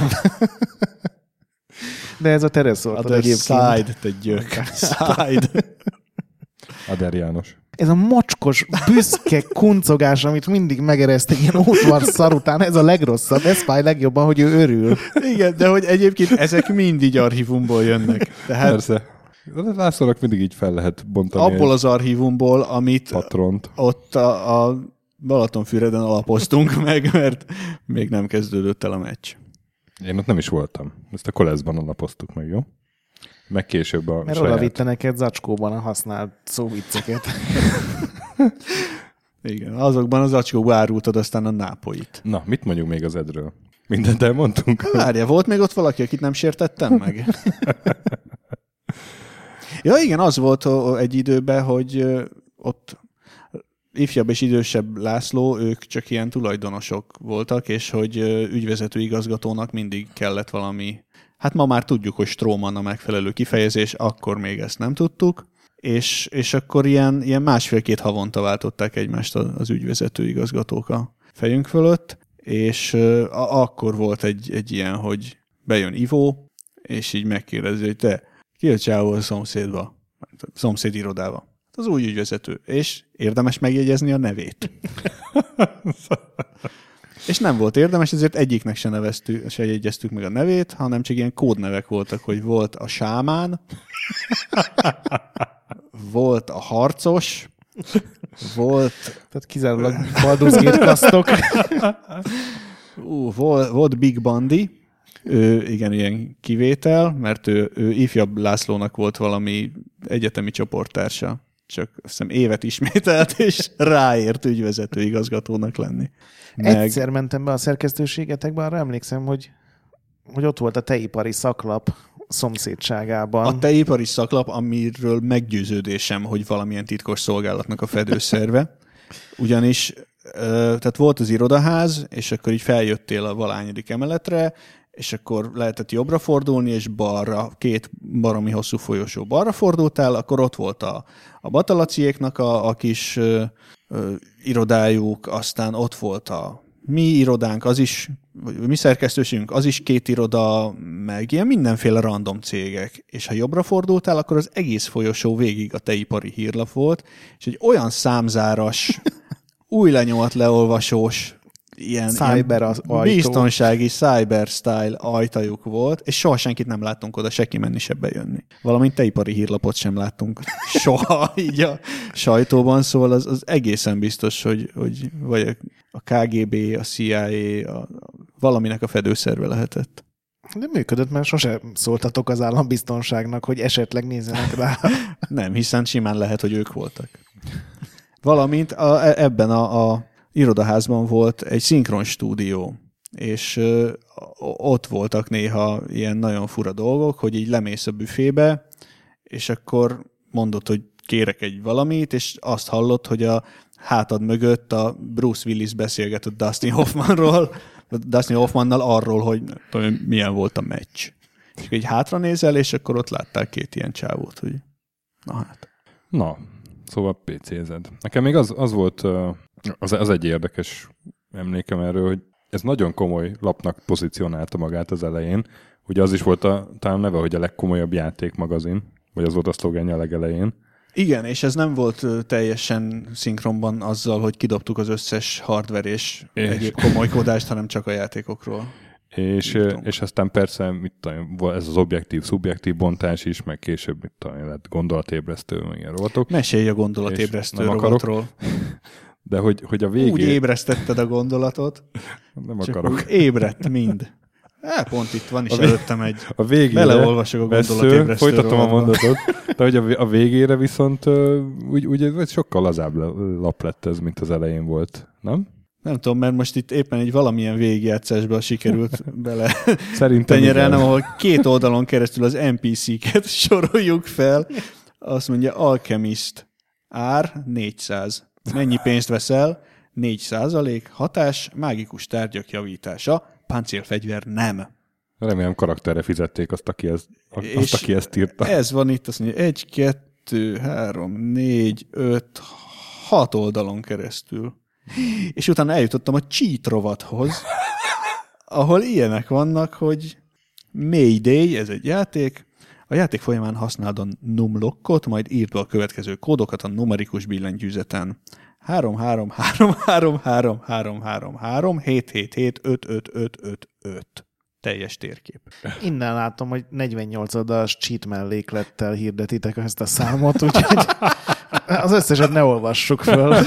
Speaker 2: De ez a te reszortod egyébként.
Speaker 3: Side, te gyök. Side.
Speaker 1: Ader János.
Speaker 2: Ez a mocskos, büszke kuncogás, amit mindig megereszt egy ilyen ótvar szar után, ez a legrosszabb. Ez fáj legjobban, hogy ő örül.
Speaker 3: Igen, de hogy egyébként ezek mind így archívumból jönnek. Tehát
Speaker 1: persze. Lászlónak mindig így fel lehet bontani.
Speaker 3: Abból az archívumból, amit
Speaker 1: patront.
Speaker 3: Ott a Balatonfüreden alapoztunk meg, mert még nem kezdődött el a meccs.
Speaker 1: Én ott nem is voltam. Ezt a Koleszban alapoztuk meg, jó? Meg később a
Speaker 2: mert oda vitte neked zacskóban a használt szóvicceket.
Speaker 3: Igen, azokban az zacskóban árultad aztán a nápolyt.
Speaker 1: Na, mit mondjuk még az Edről? Mindent elmondtunk?
Speaker 3: Várja, volt még ott valaki, akit nem sértettem meg? Ja igen, az volt egy időben, hogy ott ifjabb és idősebb László, ők csak ilyen tulajdonosok voltak, és hogy ügyvezető igazgatónak mindig kellett valami, hát ma már tudjuk, hogy Stróman a megfelelő kifejezés, akkor még ezt nem tudtuk, és akkor ilyen 1,5-2 havonta váltották egymást az ügyvezető igazgatók a fejünk fölött, és akkor volt egy ilyen, hogy bejön Ivó, és így megkérdezi, hogy te, ki a csávó a szomszédba, a szomszéd irodába? Az új ügyvezető, és érdemes megjegyezni a nevét. És nem volt érdemes, ezért egyiknek se jegyeztük meg a nevét, hanem csak ilyen kódnevek voltak, hogy volt a sámán, volt a harcos, volt...
Speaker 2: Tehát kizárólag Baldur's Gate kasztok.
Speaker 3: Volt Big Bandy, ő igen, ilyen kivétel, mert ő ifjabb Lászlónak volt valami egyetemi csoporttársa. Csak azt hiszem évet ismételt, és ráért ügyvezető igazgatónak lenni.
Speaker 2: Egyszer mentem be a szerkesztőségetekbe, arra emlékszem, hogy ott volt a teipari szaklap szomszédságában.
Speaker 3: A teipari szaklap, amiről meggyőződésem, hogy valamilyen titkos szolgálatnak a fedőszerve. Ugyanis tehát volt az irodaház, és akkor így feljöttél a valányadik emeletre, és akkor lehetett jobbra fordulni, és balra, 2 baromi hosszú folyosó balra fordultál, akkor ott volt a Batalaciéknak a kis irodájuk, aztán ott volt a mi irodánk, az is, mi szerkesztőségünk, az is 2 iroda, meg ilyen mindenféle random cégek. És ha jobbra fordultál, akkor az egész folyosó végig a teipari hírlap volt, és egy olyan számzáras, új lenyomat leolvasós, ilyen biztonsági cyber style ajtajuk volt, és soha senkit nem láttunk oda se kimenni, se bejönni. Valamint teipari hírlapot sem láttunk soha így a sajtóban, szóval az egészen biztos, hogy vagy a KGB, a CIA, valaminek a fedőszerve lehetett.
Speaker 2: De működött, mert sose szóltatok az állambiztonságnak, hogy esetleg nézzenek rá.
Speaker 3: Nem, hiszen simán lehet, hogy ők voltak. Valamint ebben a irodaházban volt egy szinkron stúdió, és ott voltak néha ilyen nagyon fura dolgok, hogy így lemész a büfébe, és akkor mondod, hogy kérek egy valamit, és azt hallod, hogy a hátad mögött a Bruce Willis beszélget a Dustin Hoffmannal arról, hogy milyen volt a meccs. És így hátra nézel, és akkor ott láttál 2 ilyen csávót, hogy na hát.
Speaker 1: Na, szóval PC-zed. Nekem még az volt... Az egy érdekes emlékem erről, hogy ez nagyon komoly lapnak pozícionálta magát az elején. Ugye az is volt talán neve, hogy a legkomolyabb játékmagazin, vagy az volt a szlogenje a legelején.
Speaker 3: Igen, és ez nem volt teljesen szinkronban azzal, hogy kidobtuk az összes hardware és egyéb komolykodást, hanem csak a játékokról.
Speaker 1: És aztán persze ez az objektív-szubjektív bontás is, meg később lett gondolatébresztő, meg ilyen rovatok.
Speaker 3: Mesélj a gondolatébresztő rovatról.
Speaker 1: De hogy a végén...
Speaker 3: Úgy ébresztetted a gondolatot.
Speaker 1: Nem akarok.
Speaker 3: Ébredt mind. Pont itt van is előttem egy...
Speaker 1: A végére
Speaker 3: beleolvasok a gondolatébresztő
Speaker 1: folytatom a mondatot. De hogy a végére viszont úgy sokkal lazább lap lett ez, mint az elején volt. Nem?
Speaker 3: Nem tudom, mert most itt éppen egy valamilyen végigjátszásban sikerült bele
Speaker 1: Szerintem
Speaker 3: tenyerelnem, ahol 2 oldalon keresztül az NPC-ket soroljuk fel. Azt mondja, Alchemist. Ár 400. Mennyi pénzt veszel? 4%. Hatás, mágikus tárgyak javítása. Páncélfegyver nem.
Speaker 1: Remélem karakterre fizették azt, aki ezt írta.
Speaker 3: Ez van itt, azt mondja, 1, 2, 3, 4, 5, 6 oldalon keresztül. És utána eljutottam a cheat rovathoz, ahol ilyenek vannak, hogy Mayday, ez egy játék, a játék folyamán használd a numlockot, majd írd be a következő kódokat a numerikus billentyűzeten. 3 3 3 3 3 3 3 3 7 7 7 5 5 5 5 5. Teljes térkép.
Speaker 2: Innen látom, hogy 48 oldalas cheat melléklettel hirdetitek ezt a számot, úgyhogy az összeset ne olvassuk föl.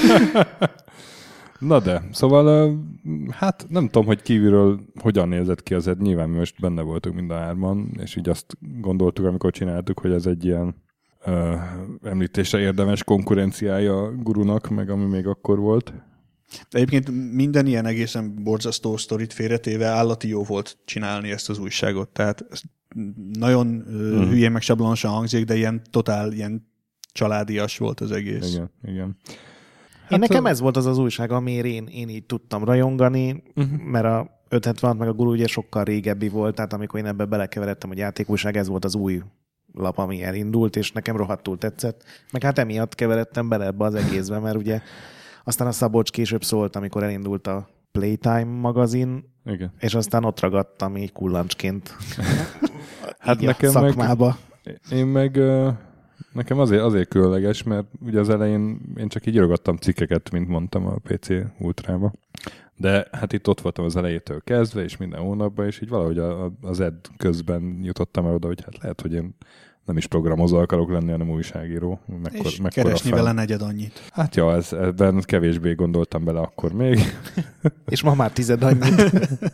Speaker 1: Na de, szóval hát nem tudom, hogy kívülről hogyan nézett ki az nyilván mi most benne voltunk mind a hárman, és így azt gondoltuk, amikor csináltuk, hogy ez egy ilyen említésre érdemes konkurenciája a Gurunak, meg ami még akkor volt.
Speaker 3: De egyébként minden ilyen egészen borzasztó sztorit félretéve állati jó volt csinálni ezt az újságot. Tehát nagyon hülyén meg sablonosan hangzik, de ilyen totál ilyen családias volt az egész.
Speaker 1: Igen, igen.
Speaker 2: Hát nekem ez volt az az újság, amiért én így tudtam rajongani, mert a 576 meg a Guru ugye sokkal régebbi volt, tehát amikor én ebbe belekeveredtem, hogy játékújság, ez volt az új lap, ami elindult, és nekem rohadtul tetszett. Meg hát emiatt keveredtem bele ebbe az egészbe, mert ugye aztán a Szabolcs később szólt, amikor elindult a Playtime magazin, igen. És aztán ott ragadtam így kullancsként
Speaker 1: hát nekem szakmába. Én meg nekem azért különleges, mert ugye az elején én csak így írogattam cikkeket, mint mondtam a PC Ultrába. De hát itt ott voltam az elejétől kezdve, és minden hónapban, és így valahogy az ed közben jutottam el oda, hogy hát lehet, hogy én nem is programozó akarok lenni, hanem újságíró.
Speaker 3: És keresni vele negyed annyit.
Speaker 1: Hát ja, ebben kevésbé gondoltam bele akkor még.
Speaker 2: És ma már 10 annyit.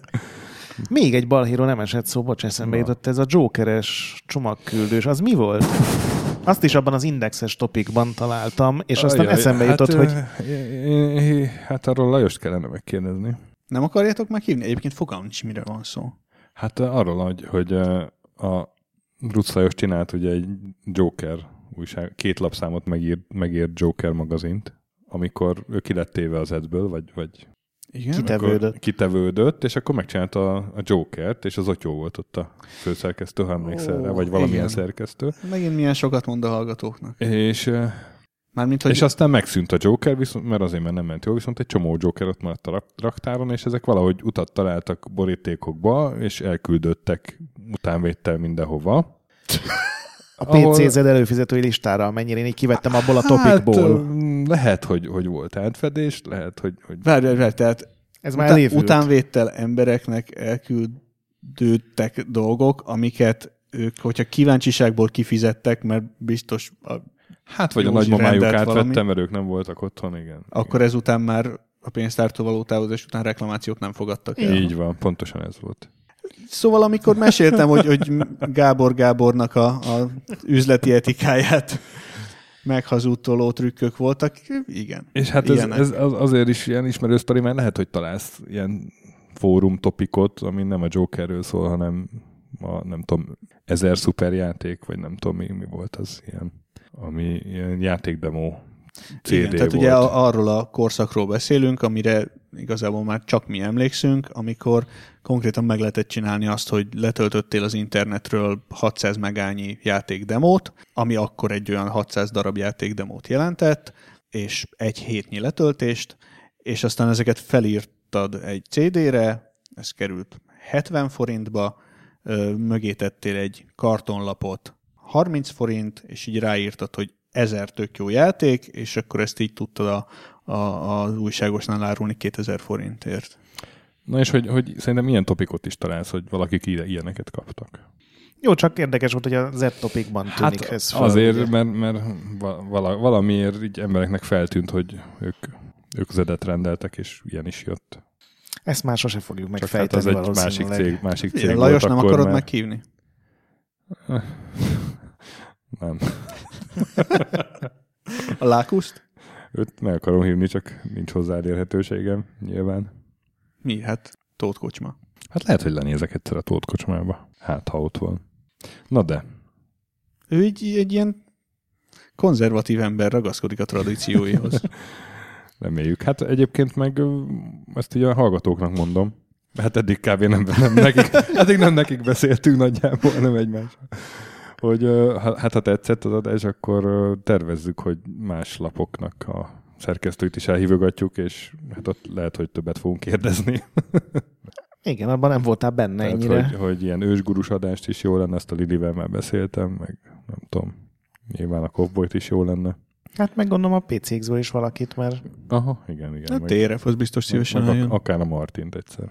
Speaker 2: Még egy balhíról nem esett szó, bocs, eszembe jutott, ez a Jokeres csomagküldős. Az mi volt? Azt is abban az indexes topikban találtam, és aztán eszembe jutott, hogy...
Speaker 1: Hát arról Lajost kellene megkérdezni.
Speaker 3: Nem akarjátok meghívni? Egyébként fogalmam nincs, mire van szó.
Speaker 1: Hát arról, hogy a Rucz Lajos csinált ugye egy Joker újság, 2 lapszámot megírt Joker magazint, amikor ő ki lett téve az edből, vagy
Speaker 2: igen?
Speaker 1: Kitevődött, és akkor megcsinálta a Jokert, és az Otyó volt ott a főszerkesztő, ha emlékszel rá, vagy valamilyen igen. szerkesztő.
Speaker 3: Megint milyen sokat mond a hallgatóknak.
Speaker 1: És aztán megszűnt a Joker, mert azért, mert nem ment jól, viszont egy csomó Joker ott maradt a raktáron, és ezek valahogy utat találtak borítékokba, és elküldöttek utánvéttel mindenhova.
Speaker 2: A PCZ előfizetői listára, mennyire én így kivettem abból a topikból.
Speaker 1: Lehet, hogy volt átfedés, lehet, hogy...
Speaker 3: Várj, tehát
Speaker 2: ez már
Speaker 3: utánvéttel embereknek elküldődtek dolgok, amiket ők, hogyha kíváncsiságból kifizettek, mert biztos
Speaker 1: vagy a nagymamájuk átvette, mert ők nem voltak otthon, igen.
Speaker 3: Akkor
Speaker 1: igen.
Speaker 3: ezután már a pénztártól való távozás után reklamációt nem fogadtak el.
Speaker 1: Így van, pontosan ez volt.
Speaker 3: Szóval amikor meséltem, hogy Gábornak a üzleti etikáját meghazudtoló trükkök voltak, igen.
Speaker 1: És hát ez azért is ilyen ismerő sztori, mert lehet, hogy találsz ilyen fórum topikot, ami nem a Jokerről szól, hanem a, nem tudom, 1000 szuperjáték, vagy nem tudom mi volt az ilyen, ami ilyen játékdemo CD igen,
Speaker 3: tehát
Speaker 1: volt.
Speaker 3: ugye arról a korszakról beszélünk, amire igazából már csak mi emlékszünk, amikor konkrétan meg lehetett csinálni azt, hogy letöltöttél az internetről 600 megányi játékdemót, ami akkor egy olyan 600 darab játékdemót jelentett, és egy hétnyi letöltést, és aztán ezeket felírtad egy CD-re, ez került 70 forintba, mögé tettél egy kartonlapot 30 forint, és így ráírtad, hogy 1000 tök jó játék, és akkor ezt így tudtad az újságosnál árulni 2000 forintért.
Speaker 1: Na és hogy szerintem ilyen topikot is találsz, hogy valakik ilyeneket kaptak.
Speaker 2: Jó, csak érdekes volt, hogy a Z-topikban tűnik ez fel.
Speaker 1: Azért, mert valamiért így embereknek feltűnt, hogy ők Z-et rendeltek, és ilyen is jött.
Speaker 2: Ezt már sose fogjuk megfejteni
Speaker 1: hát az egy másik cég
Speaker 3: volt. Lajos, nem akarod meghívni?
Speaker 1: Nem.
Speaker 3: A Lákuszt?
Speaker 1: Őt meg akarom hívni, csak nincs hozzá elérhetőségem, nyilván.
Speaker 3: Mi? Hát Tóth Kocsma.
Speaker 1: Hát lehet, hogy lenézek egyszer a Tóth Kocsmába. Hát, ha ott van. Na de.
Speaker 3: Ő egy ilyen konzervatív ember, ragaszkodik a tradícióihoz.
Speaker 1: Reméljük. Hát egyébként meg ezt így a hallgatóknak mondom. Hát eddig kb. nem nekik beszéltünk nagyjából, nem egymással. Hogy hát ha tetszett az adás, akkor tervezzük, hogy más lapoknak a szerkesztőt is elhívogatjuk, és hát ott lehet, hogy többet fogunk kérdezni.
Speaker 2: Igen, abban nem voltál benne
Speaker 1: tehát,
Speaker 2: ennyire.
Speaker 1: hogy ilyen ősgurus adást is jó lenne, ezt a Lilivel már beszéltem, meg nem tudom, nyilván a Kovboyt is jó lenne.
Speaker 2: Hát meg gondolom a PCX-ből is valakit, mert...
Speaker 1: Aha, igen.
Speaker 3: A TRF az biztos szívesen
Speaker 1: meg akár a Martint egyszer.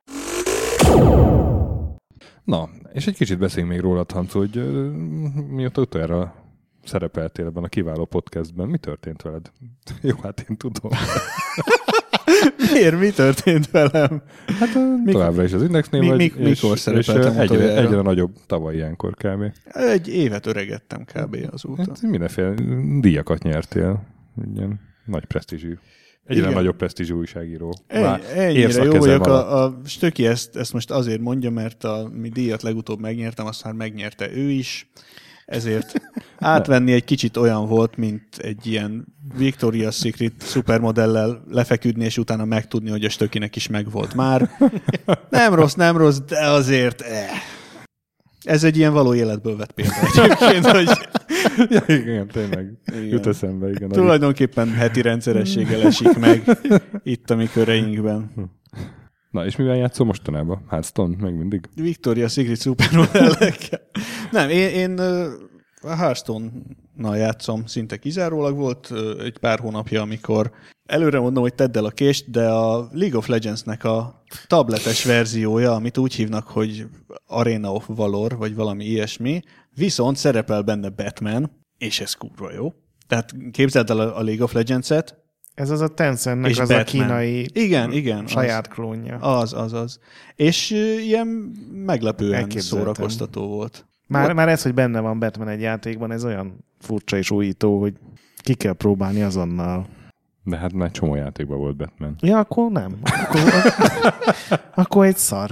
Speaker 1: Na, és egy kicsit beszéljünk még rólad, Hanco, hogy mióta utoljára szerepeltél ebben a kiváló podcastben. Mi történt veled? Jó, hát én tudom.
Speaker 3: Miért? Mi történt velem?
Speaker 1: Hát továbbra is az Indexnél vagy.
Speaker 3: Mikor szerepeltem utoljára?
Speaker 1: Egyre nagyobb tavaly ilyenkor kb.
Speaker 3: Egy évet öregettem kb. Azóta.
Speaker 1: Hát mindenféle díjakat nyertél. Ilyen nagy presztízsű. Egyre nagyobb presztízsű újságíró.
Speaker 3: Ennyire jó vagyok. A Stöki ezt most azért mondja, mert a mi díjat legutóbb megnyertem, azt már megnyerte ő is. Ezért átvenni egy kicsit olyan volt, mint egy ilyen Victoria's Secret szupermodellel lefeküdni, és utána megtudni, hogy a Stökinek is megvolt már. Nem rossz, de azért... Ez egy ilyen való életből vett példa egyébként, hogy...
Speaker 1: Ja, igen, tényleg. Jut eszembe, igen.
Speaker 3: Tulajdonképpen heti rendszerességgel esik meg itt a mi köreinkben.
Speaker 1: Na, és mivel játszol mostanában? Hearthstone? Meg mindig?
Speaker 3: Victoria's Secret szupermodellekkel. Nem, én a Hearthstone-nal játszom szinte kizárólag. Volt egy pár hónapja, amikor előre mondom, hogy tedd el a kést, de a League of Legends-nek a tabletes verziója, amit úgy hívnak, hogy Arena of Valor, vagy valami ilyesmi, viszont szerepel benne Batman, és ez kurva jó. Tehát képzeld el a League of Legends-et.
Speaker 2: Ez az a Tencentnek az
Speaker 3: Batman.
Speaker 2: A kínai
Speaker 3: igen,
Speaker 2: saját klónja.
Speaker 3: Az. És ilyen meglepően szórakoztató volt.
Speaker 2: Már ez, hogy benne van Batman egy játékban, ez olyan furcsa és újító, hogy ki kell próbálni azonnal.
Speaker 1: De hát már csomó játékban volt Batman.
Speaker 2: Ja, akkor nem. Akkor egy szar.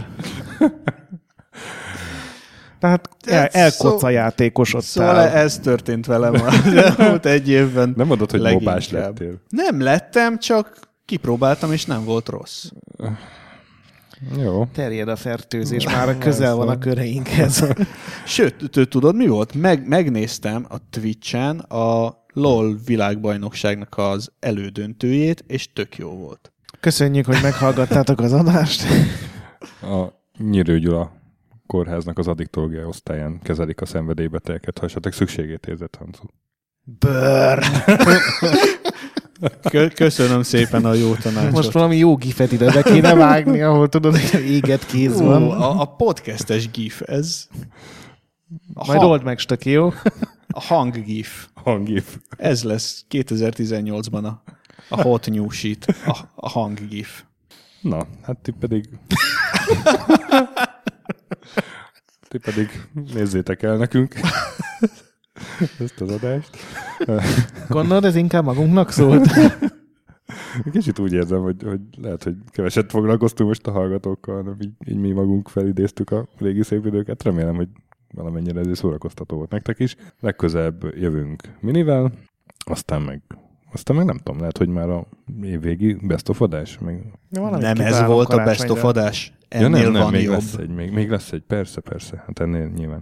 Speaker 2: Tehát elkoca játékosodtál.
Speaker 3: Szóval ez történt velem az elmúlt egy évben.
Speaker 1: Nem mondod, hogy
Speaker 3: leginkább.
Speaker 1: mobás lettél.
Speaker 3: Nem lettem, csak kipróbáltam, és nem volt rossz.
Speaker 1: Jó.
Speaker 2: Terjed a fertőzés, már közel van a köreinkhez.
Speaker 3: Sőt, tudod mi volt? Megnéztem a Twitch-en a LOL világbajnokságnak az elődöntőjét, és tök jó volt.
Speaker 2: Köszönjük, hogy meghallgattátok az adást.
Speaker 1: A Nyírő Gyula kórháznak az addiktológia osztályán kezelik a szenvedélybetegeket, ha esetleg szükségét érzett, Hancu.
Speaker 2: Burn!
Speaker 3: Köszönöm szépen a jó tanácsot.
Speaker 2: Most valami jó gifet ide be kéne vágni, ahol tudod, hogy éget kéz van.
Speaker 3: A podcastes gif, ez...
Speaker 2: Majd old meg, Stöki, jó?
Speaker 3: A hanggif.
Speaker 1: Hanggif.
Speaker 3: Ez lesz 2018-ban a hot new shit, a hanggif.
Speaker 1: Na, hát ti pedig nézzétek el nekünk ezt az adást.
Speaker 2: Gondolod, ez inkább magunknak szólt?
Speaker 1: Kicsit úgy érzem, hogy lehet, hogy keveset foglalkoztunk most a hallgatókkal, hanem így mi magunk felidéztük a régi szép időket. Remélem, hogy valamennyire ez szórakoztató volt nektek is. Legközelebb jövünk minivel, aztán meg nem tudom, lehet, hogy már a évvégi best of adás.
Speaker 3: Nem ez volt a best of adás. Ennél van
Speaker 1: még
Speaker 3: jobb.
Speaker 1: Lesz még lesz egy, persze. Hát ennél nyilván.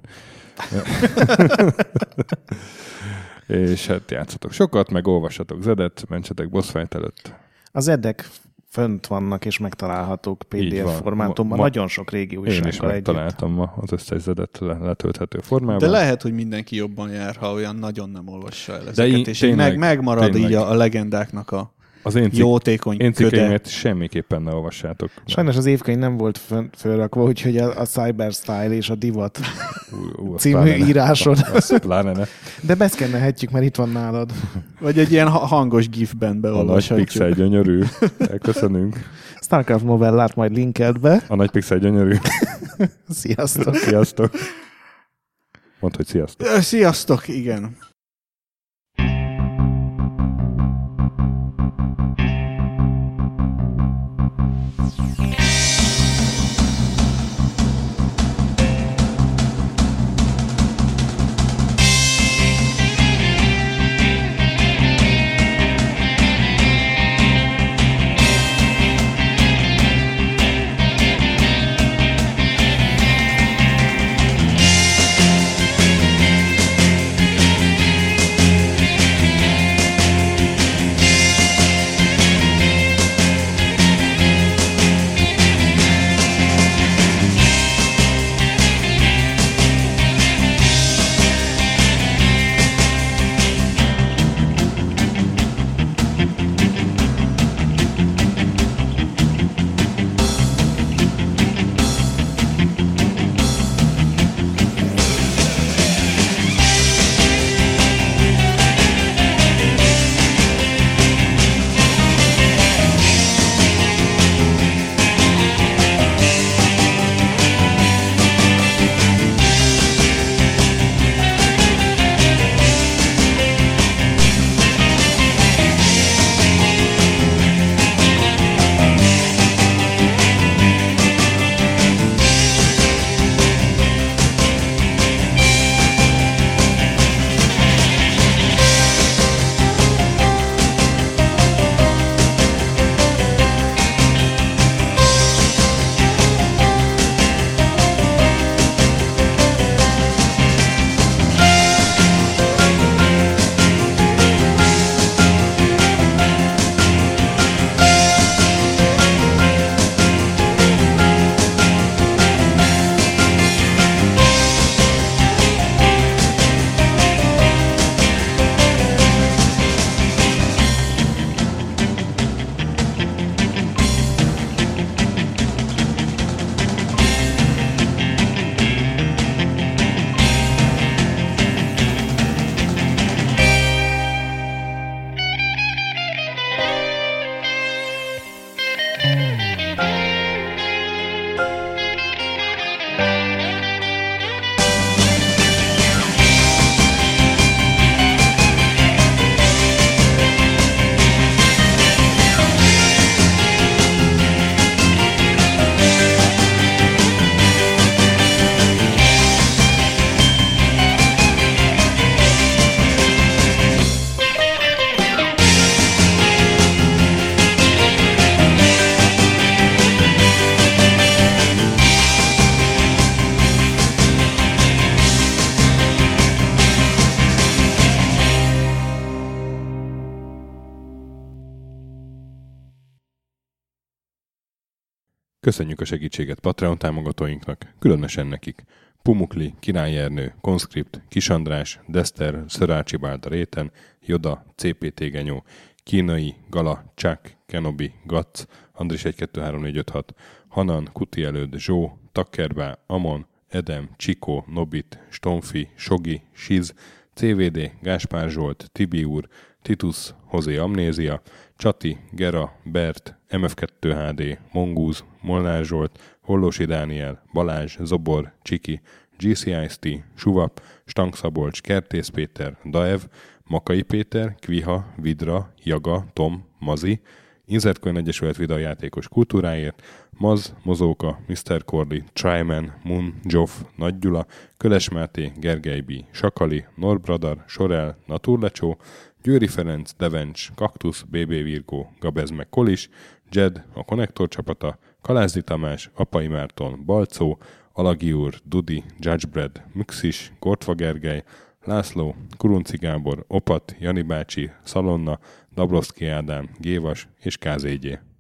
Speaker 1: És hát játszatok sokat, meg olvassatok Zedet, mentsetek boss fight előtt.
Speaker 2: Az Zedek fönt vannak és megtalálhatók PDF formátumban, nagyon sok régi újsággal együtt.
Speaker 1: Én is megtaláltam ma az összes Zedet letölthető formában.
Speaker 3: De lehet, hogy mindenki jobban jár, ha olyan nagyon nem olvassa el ezeket, és tényleg, megmarad így a legendáknak a jótékony köde.
Speaker 1: Én cikkeimet semmiképpen ne olvassátok.
Speaker 2: Sajnos az évkönyv nem volt fölrakva, úgyhogy a Cyberstyle és a Divat című írásod. De beszkennelhetjük, mert itt van nálad.
Speaker 3: Vagy egy ilyen hangos gifben beolvashatjuk.
Speaker 1: A nagy pixel gyönyörű. Elköszönünk.
Speaker 2: Starcraft novellát majd linkeld be.
Speaker 1: A nagy pixel gyönyörű.
Speaker 2: Sziasztok.
Speaker 1: Sziasztok. Mondd, hogy sziasztok.
Speaker 3: Sziasztok, igen.
Speaker 1: Köszönjük a segítséget Patreon támogatóinknak, különösen nekik. Pumukli, Király Ernő, Conscript, Kis András, Dester, Szörácsi Bálda Réten, Joda, CPT Genyó, Kínai, Gala, Chuck, Kenobi, Gatz, Andris 123456, Hanan, Kuti Előd, Zsó, Takkerbá, Amon, Edem, Csikó, Nobit, Stonfi, Sogi, Siz, CVD, Gáspár Zsolt, Tibi úr, Titus, Hozé Amnézia, Csati, Gera, Bert, MF2HD, Mongúz, Molnár Zsolt, Hollósi Dániel, Balázs, Zobor, Csiki, GCIST, Suvap, Stankszabolcs, Kertész Péter, Daev, Makai Péter, Kviha, Vidra, Jaga, Tom, Mazi, Inzertcoin Egyesület videójátékos kultúráért, Maz, Mozóka, Mr. Cordy, Tryman, Moon, Joff, Nagy Gyula, Köles Máté, Gergely B., Sakali, Norbradar, Sorel, Naturlecsó, Győri Ferenc, Devencs, Kaktusz, BB Virgó, Gabez meg Kolis, Jed, a Konnektor csapata, Kalázdi Tamás, Apai Márton, Balcó, Alagi úr, Dudi, Judgebred, Müxis, Gortva Gergely, László, Kurunci Gábor, Opat, Jani bácsi, Szalonna, Dabrowski Ádám, Gévas és KZG.